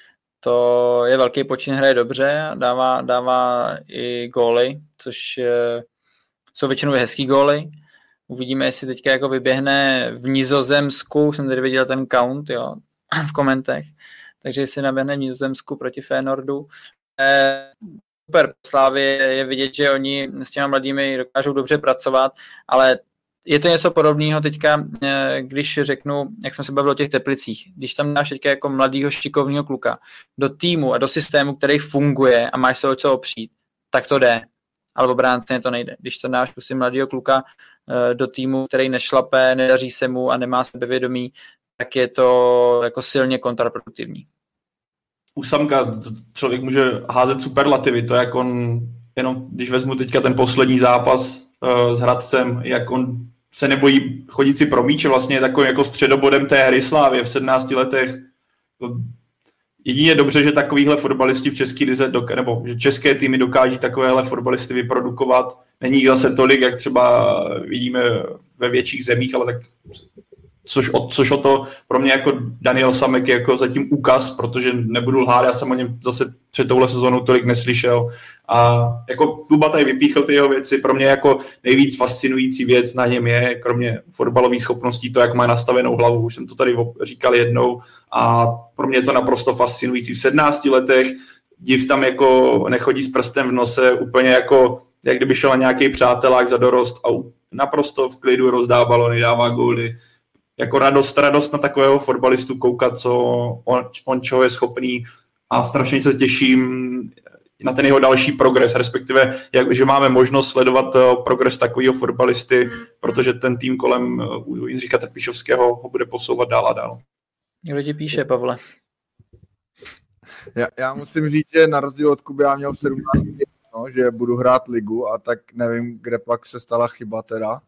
S5: To je velký počin, hraje dobře, dává i góly, což jsou většinou hezký góly. Uvidíme, jestli teďka jako vyběhne v Nizozemsku, jsem tady viděl ten count, jo, v komentech, takže jestli naběhne v Nizozemsku proti Feyenoordu. Super, Slávy je vidět, že oni s těma mladými dokážou dobře pracovat, ale je to něco podobného teďka, když řeknu, jak jsem se bavil o těch Teplicích, když tam dáš teďka jako mladýho šikovného kluka do týmu a do systému, který funguje a máš se o co opřít, tak to jde, ale v obránce to nejde. Když to dáš prostě mladýho kluka do týmu, který nešlape, nedaří se mu a nemá sebevědomí, tak je to jako silně kontraproduktivní.
S7: U Samka člověk může házet superlativy, to jak on, jenom když vezmu teďka ten poslední zápas s Hradcem, jak on se nebojí chodit si pro míče, vlastně je takovým jako středobodem té hry Slávy v 17 letech. Jedině dobře, že takovýhle fotbalisti v české lize, nebo že české týmy dokáží takovéhle fotbalisty vyprodukovat. Není zase tolik, jak třeba vidíme ve větších zemích, ale tak což o to pro mě jako Daniel Samek je jako zatím ukaz, protože nebudu lhát, já jsem o něm zase před touhle sezónou tolik neslyšel a jako Kuba tady vypíchl ty jeho věci, pro mě jako nejvíc fascinující věc na něm je, kromě fotbalových schopností, to, jak má nastavenou hlavu, už jsem to tady říkal jednou a pro mě je to naprosto fascinující. V 17 letech div tam jako nechodí s prstem v nose, úplně jako, jak kdyby šel na nějaký přátelák za dorost a naprosto v klidu rozdá balony, dává góly. Jako radost na takového fotbalistu koukat, co on čeho je schopný a strašně se těším na ten jeho další progres, respektive že máme možnost sledovat progres takového fotbalisty, protože ten tým kolem Jindřicha Trpišovského ho bude posouvat dál a dál.
S5: Kdo ti píše, Pavle?
S6: Já musím říct, že na rozdíl od Kuby já měl v 17 že budu hrát ligu a tak nevím, kde pak se stala chyba teda.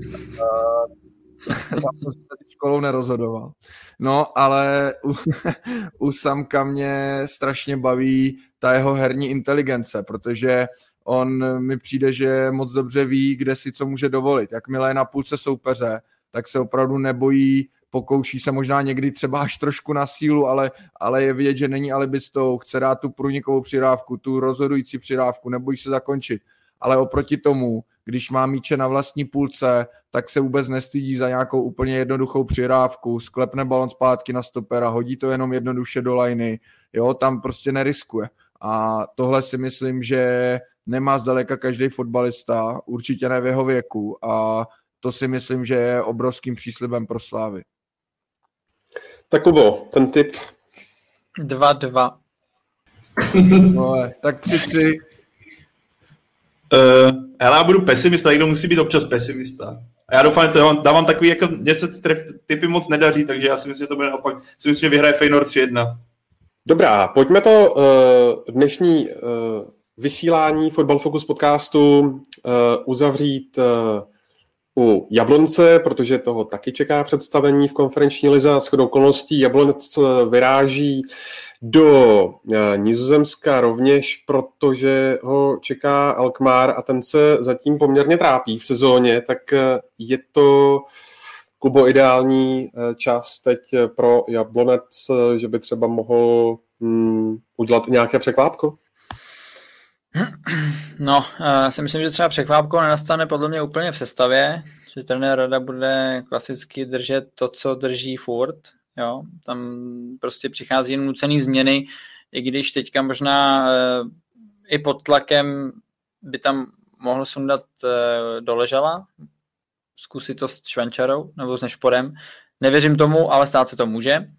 S6: Tam jsem se s školou nerozhodoval. No, ale u Samka mě strašně baví ta jeho herní inteligence, protože on mi přijde, že moc dobře ví, kde si co může dovolit. Jakmile je na půlce soupeře, tak se opravdu nebojí, pokouší se možná někdy třeba až trošku na sílu, ale je vidět, že není alibistou, chce dát tu průnikovou přidávku, tu rozhodující přidávku, nebojí se zakončit. Ale oproti tomu, když má míče na vlastní půlce, tak se vůbec nestydí za nějakou úplně jednoduchou přidávku, sklepne balon zpátky na stopera, hodí to jenom jednoduše do lajny, jo, tam prostě neriskuje. A tohle si myslím, že nemá zdaleka každý fotbalista, určitě ne v jeho věku a to si myslím, že je obrovským příslibem pro Slávy.
S4: Tak Kubo, ten tip?
S5: 2-2.
S6: No, tak 3-3.
S7: Já budu pesimista, někdo musí být občas pesimista. A já doufám, že dávám takový, jako mě se typy moc nedaří, takže já si myslím, že to bude naopak. Si myslím, že vyhraje Feyenoord 3-1.
S4: Dobrá, pojďme to dnešní vysílání Fotbal Focus podcastu uzavřít u Jablonce, protože toho taky čeká představení v konferenční lize a shodou okolností Jablonec vyráží do Nizozemska rovněž, protože ho čeká Alkmaar a ten se zatím poměrně trápí v sezóně, tak je to, Kubo, ideální čas teď pro Jablonec, že by třeba mohl udělat nějaké překvápko?
S5: No, já si myslím, že třeba překvápko nenastane podle mě úplně v sestavě, že trenér Rada bude klasicky držet to, co drží furt. Jo? Tam prostě přichází nucený změny, i když teďka možná i pod tlakem by tam mohl sundat Doležala, zkusit to s Švančarou nebo s Nešporem. Nevěřím tomu, ale stát se to může.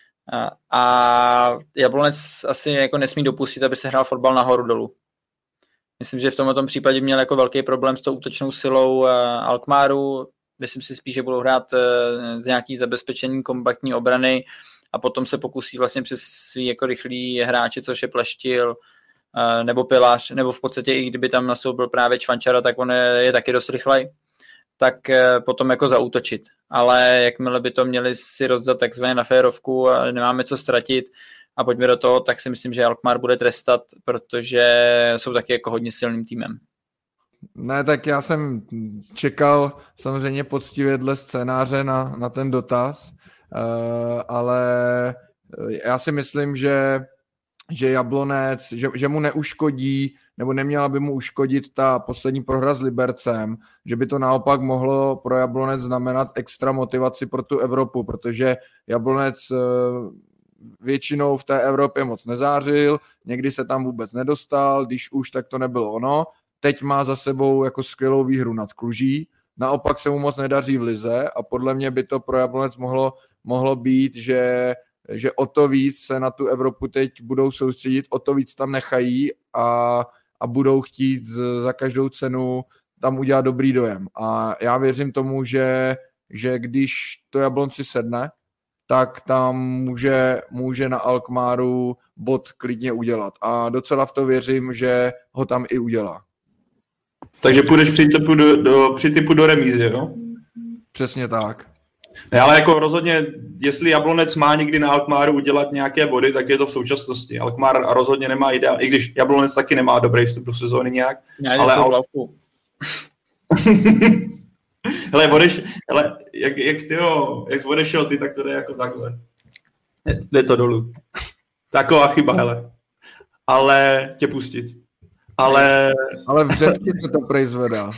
S5: A Jablonec asi jako nesmí dopustit, aby se hrál fotbal nahoru dolů. Myslím, že v tomto případě měl jako velký problém s tou útočnou silou Alkmaaru. Myslím si spíš, že budou hrát z nějaký zabezpečení kompaktní obrany a potom se pokusí vlastně přes svý jako rychlý hráči, což je Pleštil nebo Pilař, nebo v podstatě i kdyby tam nastoupil právě Čvančara, tak on je taky dost rychlej, tak potom jako zaútočit. Ale jakmile by to měli si rozdat takzvaně na férovku a nemáme co ztratit a pojďme do toho, tak si myslím, že Alkmaar bude trestat, protože jsou taky jako hodně silným týmem.
S6: Ne, tak já jsem čekal samozřejmě poctivě dle scénáře na ten dotaz, ale já si myslím, že Jablonec, že mu neuškodí, nebo neměla by mu uškodit ta poslední prohra s Libercem, že by to naopak mohlo pro Jablonec znamenat extra motivaci pro tu Evropu, protože Jablonec většinou v té Evropě moc nezářil, někdy se tam vůbec nedostal, když už, tak to nebylo ono. Teď má za sebou jako skvělou výhru nad Kluží, naopak se mu moc nedaří v lize a podle mě by to pro Jablonec mohlo být, že o to víc se na tu Evropu teď budou soustředit, o to víc tam nechají a budou chtít za každou cenu tam udělat dobrý dojem. A já věřím tomu, že když to Jablonci sedne, tak tam může na Alkmaaru bod klidně udělat. A docela v to věřím, že ho tam i udělá.
S7: Takže půjdeš při typu do remízy, jo?
S6: Přesně tak.
S7: Ne, ale jako rozhodně, jestli Jablonec má někdy na Alkmaaru udělat nějaké body, tak je to v současnosti. Alkmaar rozhodně nemá ideál, i když Jablonec taky nemá dobrý vstup do sezóny nějak. Ale hele, jak odešel ty, tak to jde jako takhle. Jde to dolů. Taková chyba, hele. Ale tě pustit. Ale
S6: v řepky se to prej zvedá.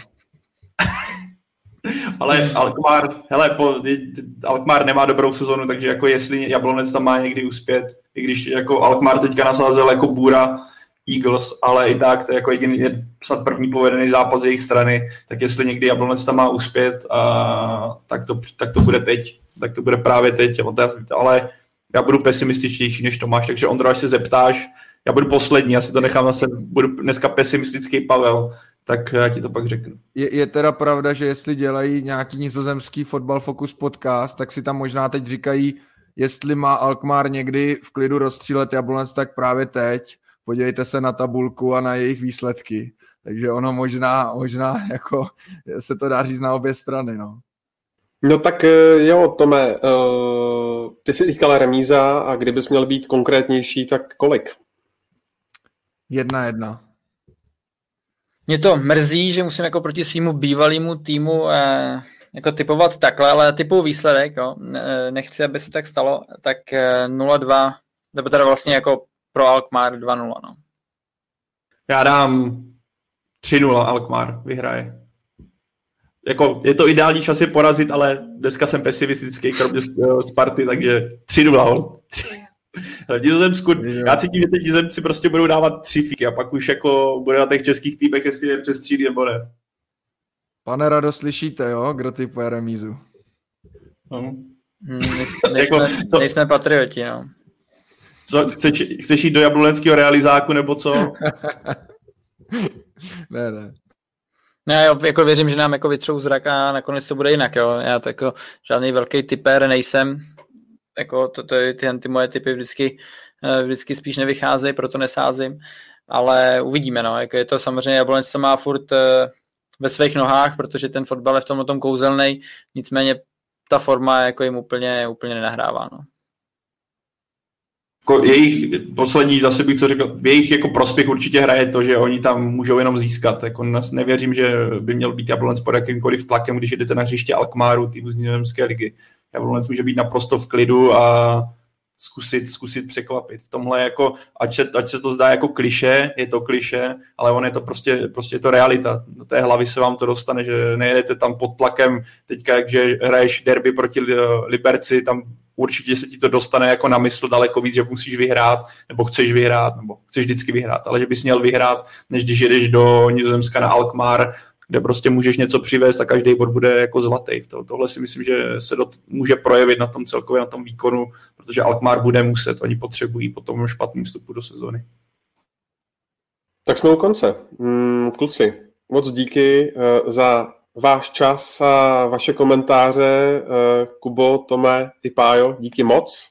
S7: Ale Alkmaar nemá dobrou sezonu, takže jako jestli Jablonec tam má někdy uspět, i když jako Alkmaar teďka nasázel jako bůra Eagles, ale i tak to jako jediný je snad první povedený zápas z jejich strany, tak jestli někdy Jablonec tam má uspět, tak to bude teď, tak to bude právě teď, ale já budu pesimističtější než Tomáš, takže Ondro, až se zeptáš, já budu poslední, já si to nechám zase, budu dneska pesimistický Pavel, tak já ti to pak řeknu.
S6: Je teda pravda, že jestli dělají nějaký nizozemský Fotbal Focus podcast, tak si tam možná teď říkají, jestli má Alkmaar někdy v klidu rozstřílet Jablonec, tak právě teď. Podívejte se na tabulku a na jejich výsledky. Takže ono možná jako se to dá říct na obě strany, no.
S4: No tak jo, Tome, ty jsi říkala remíza a kdybys měl být konkrétnější, tak kolik?
S6: 1-1.
S5: Mě to mrzí, že musím jako proti svýmu bývalému týmu jako typovat takhle, ale typuju výsledek, jo. Nechci, aby se tak stalo, tak 0-2, nebo teda vlastně jako pro Alkmaar 2-0, no.
S7: Já dám 3-0, Alkmaar vyhraje. Jako, je to ideální čas je porazit, ale dneska jsem pesimistický, kromě Sparty, takže 3-0. V Nizozemsku, já cítím, že teď Nizozemci prostě budou dávat 3 fíky a pak už jako bude na těch českých týpech, jestli je přes 3 nebo ne.
S6: Pane Rado, slyšíte, jo? Kdo typuje remízu?
S5: Nejsme patrioti, no.
S7: Co, chceš jít do jablonského realizáku, nebo co?
S6: Ne.
S5: No, já jako věřím, že nám jako vytřou zrak a nakonec to bude jinak, jo. Já to jako žádný velký tipér nejsem. Jako ty moje tipy vždycky spíš nevycházejí, proto nesázím. ale uvidíme, no, jako je to samozřejmě Jablonec to má furt ve svých nohách, protože ten fotbal je v tom kouzelnej, nicméně ta forma jako jim úplně nenahrává, no.
S7: Jejich poslední, zase bych co řekl, v jejich jako prospěch určitě hraje to, že oni tam můžou jenom získat. Jako nevěřím, že by měl být Jablonec pod jakýmkoliv tlakem, když jdete na hřiště Alkmaru, týmu z Nizozemské ligy. Jablonec může být naprosto v klidu a zkusit překvapit. V tomhle jako, ať se to zdá jako klišé, je to klišé, ale on je to prostě je to realita. Do té hlavy se vám to dostane, že nejedete tam pod tlakem, teďka, jakže hraješ derby proti Liberci, tam určitě se ti to dostane jako na mysl daleko víc, že musíš vyhrát, nebo chceš vždycky vyhrát, ale že bys měl vyhrát, než když jedeš do Nizozemska na Alkmaar, kde prostě můžeš něco přivést a každý bod bude jako zlatý. Tohle si myslím, že se může projevit na tom celkově, na tom výkonu, protože Alkmaar bude muset, oni potřebují po tom špatným vstupu do sezóny.
S4: Tak jsme u konce. Kluci, moc díky za váš čas a vaše komentáře. Kubo, Tome i Pájo, díky moc.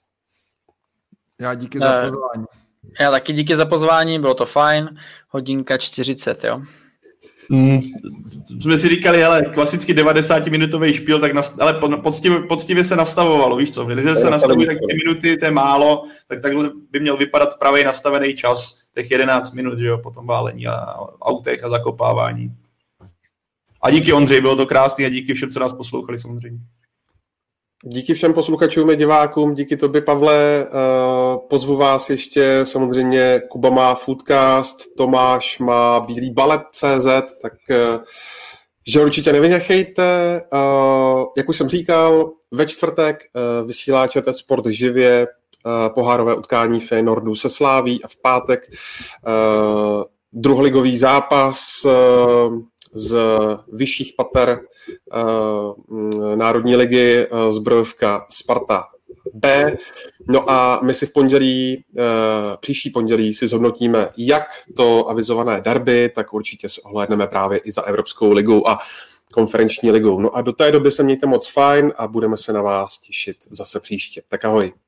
S6: Já díky za pozvání.
S5: Já taky díky za pozvání, bylo to fajn. 1:40, jo.
S7: Jsme si říkali, ale klasicky 90-minutový špíl, tak ale poctivě se nastavovalo, víš co, když se nastavují tak 3 minuty, to je málo, tak takhle by měl vypadat pravý nastavený čas, těch 11 minut, že jo, potom válení a autech a zakopávání. A díky Ondřej, bylo to krásný a díky všem, co nás poslouchali samozřejmě.
S4: Díky všem posluchačům a divákům, díky tobě, Pavle. Pozvu vás ještě, samozřejmě Kuba má Foodcast, Tomáš má Bílý balet.cz, tak že určitě nevynechejte. Jak už jsem říkal, ve čtvrtek vysílá ČT Sport živě pohárové utkání Feyenoordu se Slaví a v pátek druholigový zápas z vyšších pater Národní ligy Zbrojovka Sparta B. No a my si v pondělí, příští pondělí si zhodnotíme jak to avizované derby, tak určitě se ohlédneme právě i za Evropskou ligou a konferenční ligou. No a do té doby se mějte moc fajn a budeme se na vás těšit zase příště. Tak ahoj.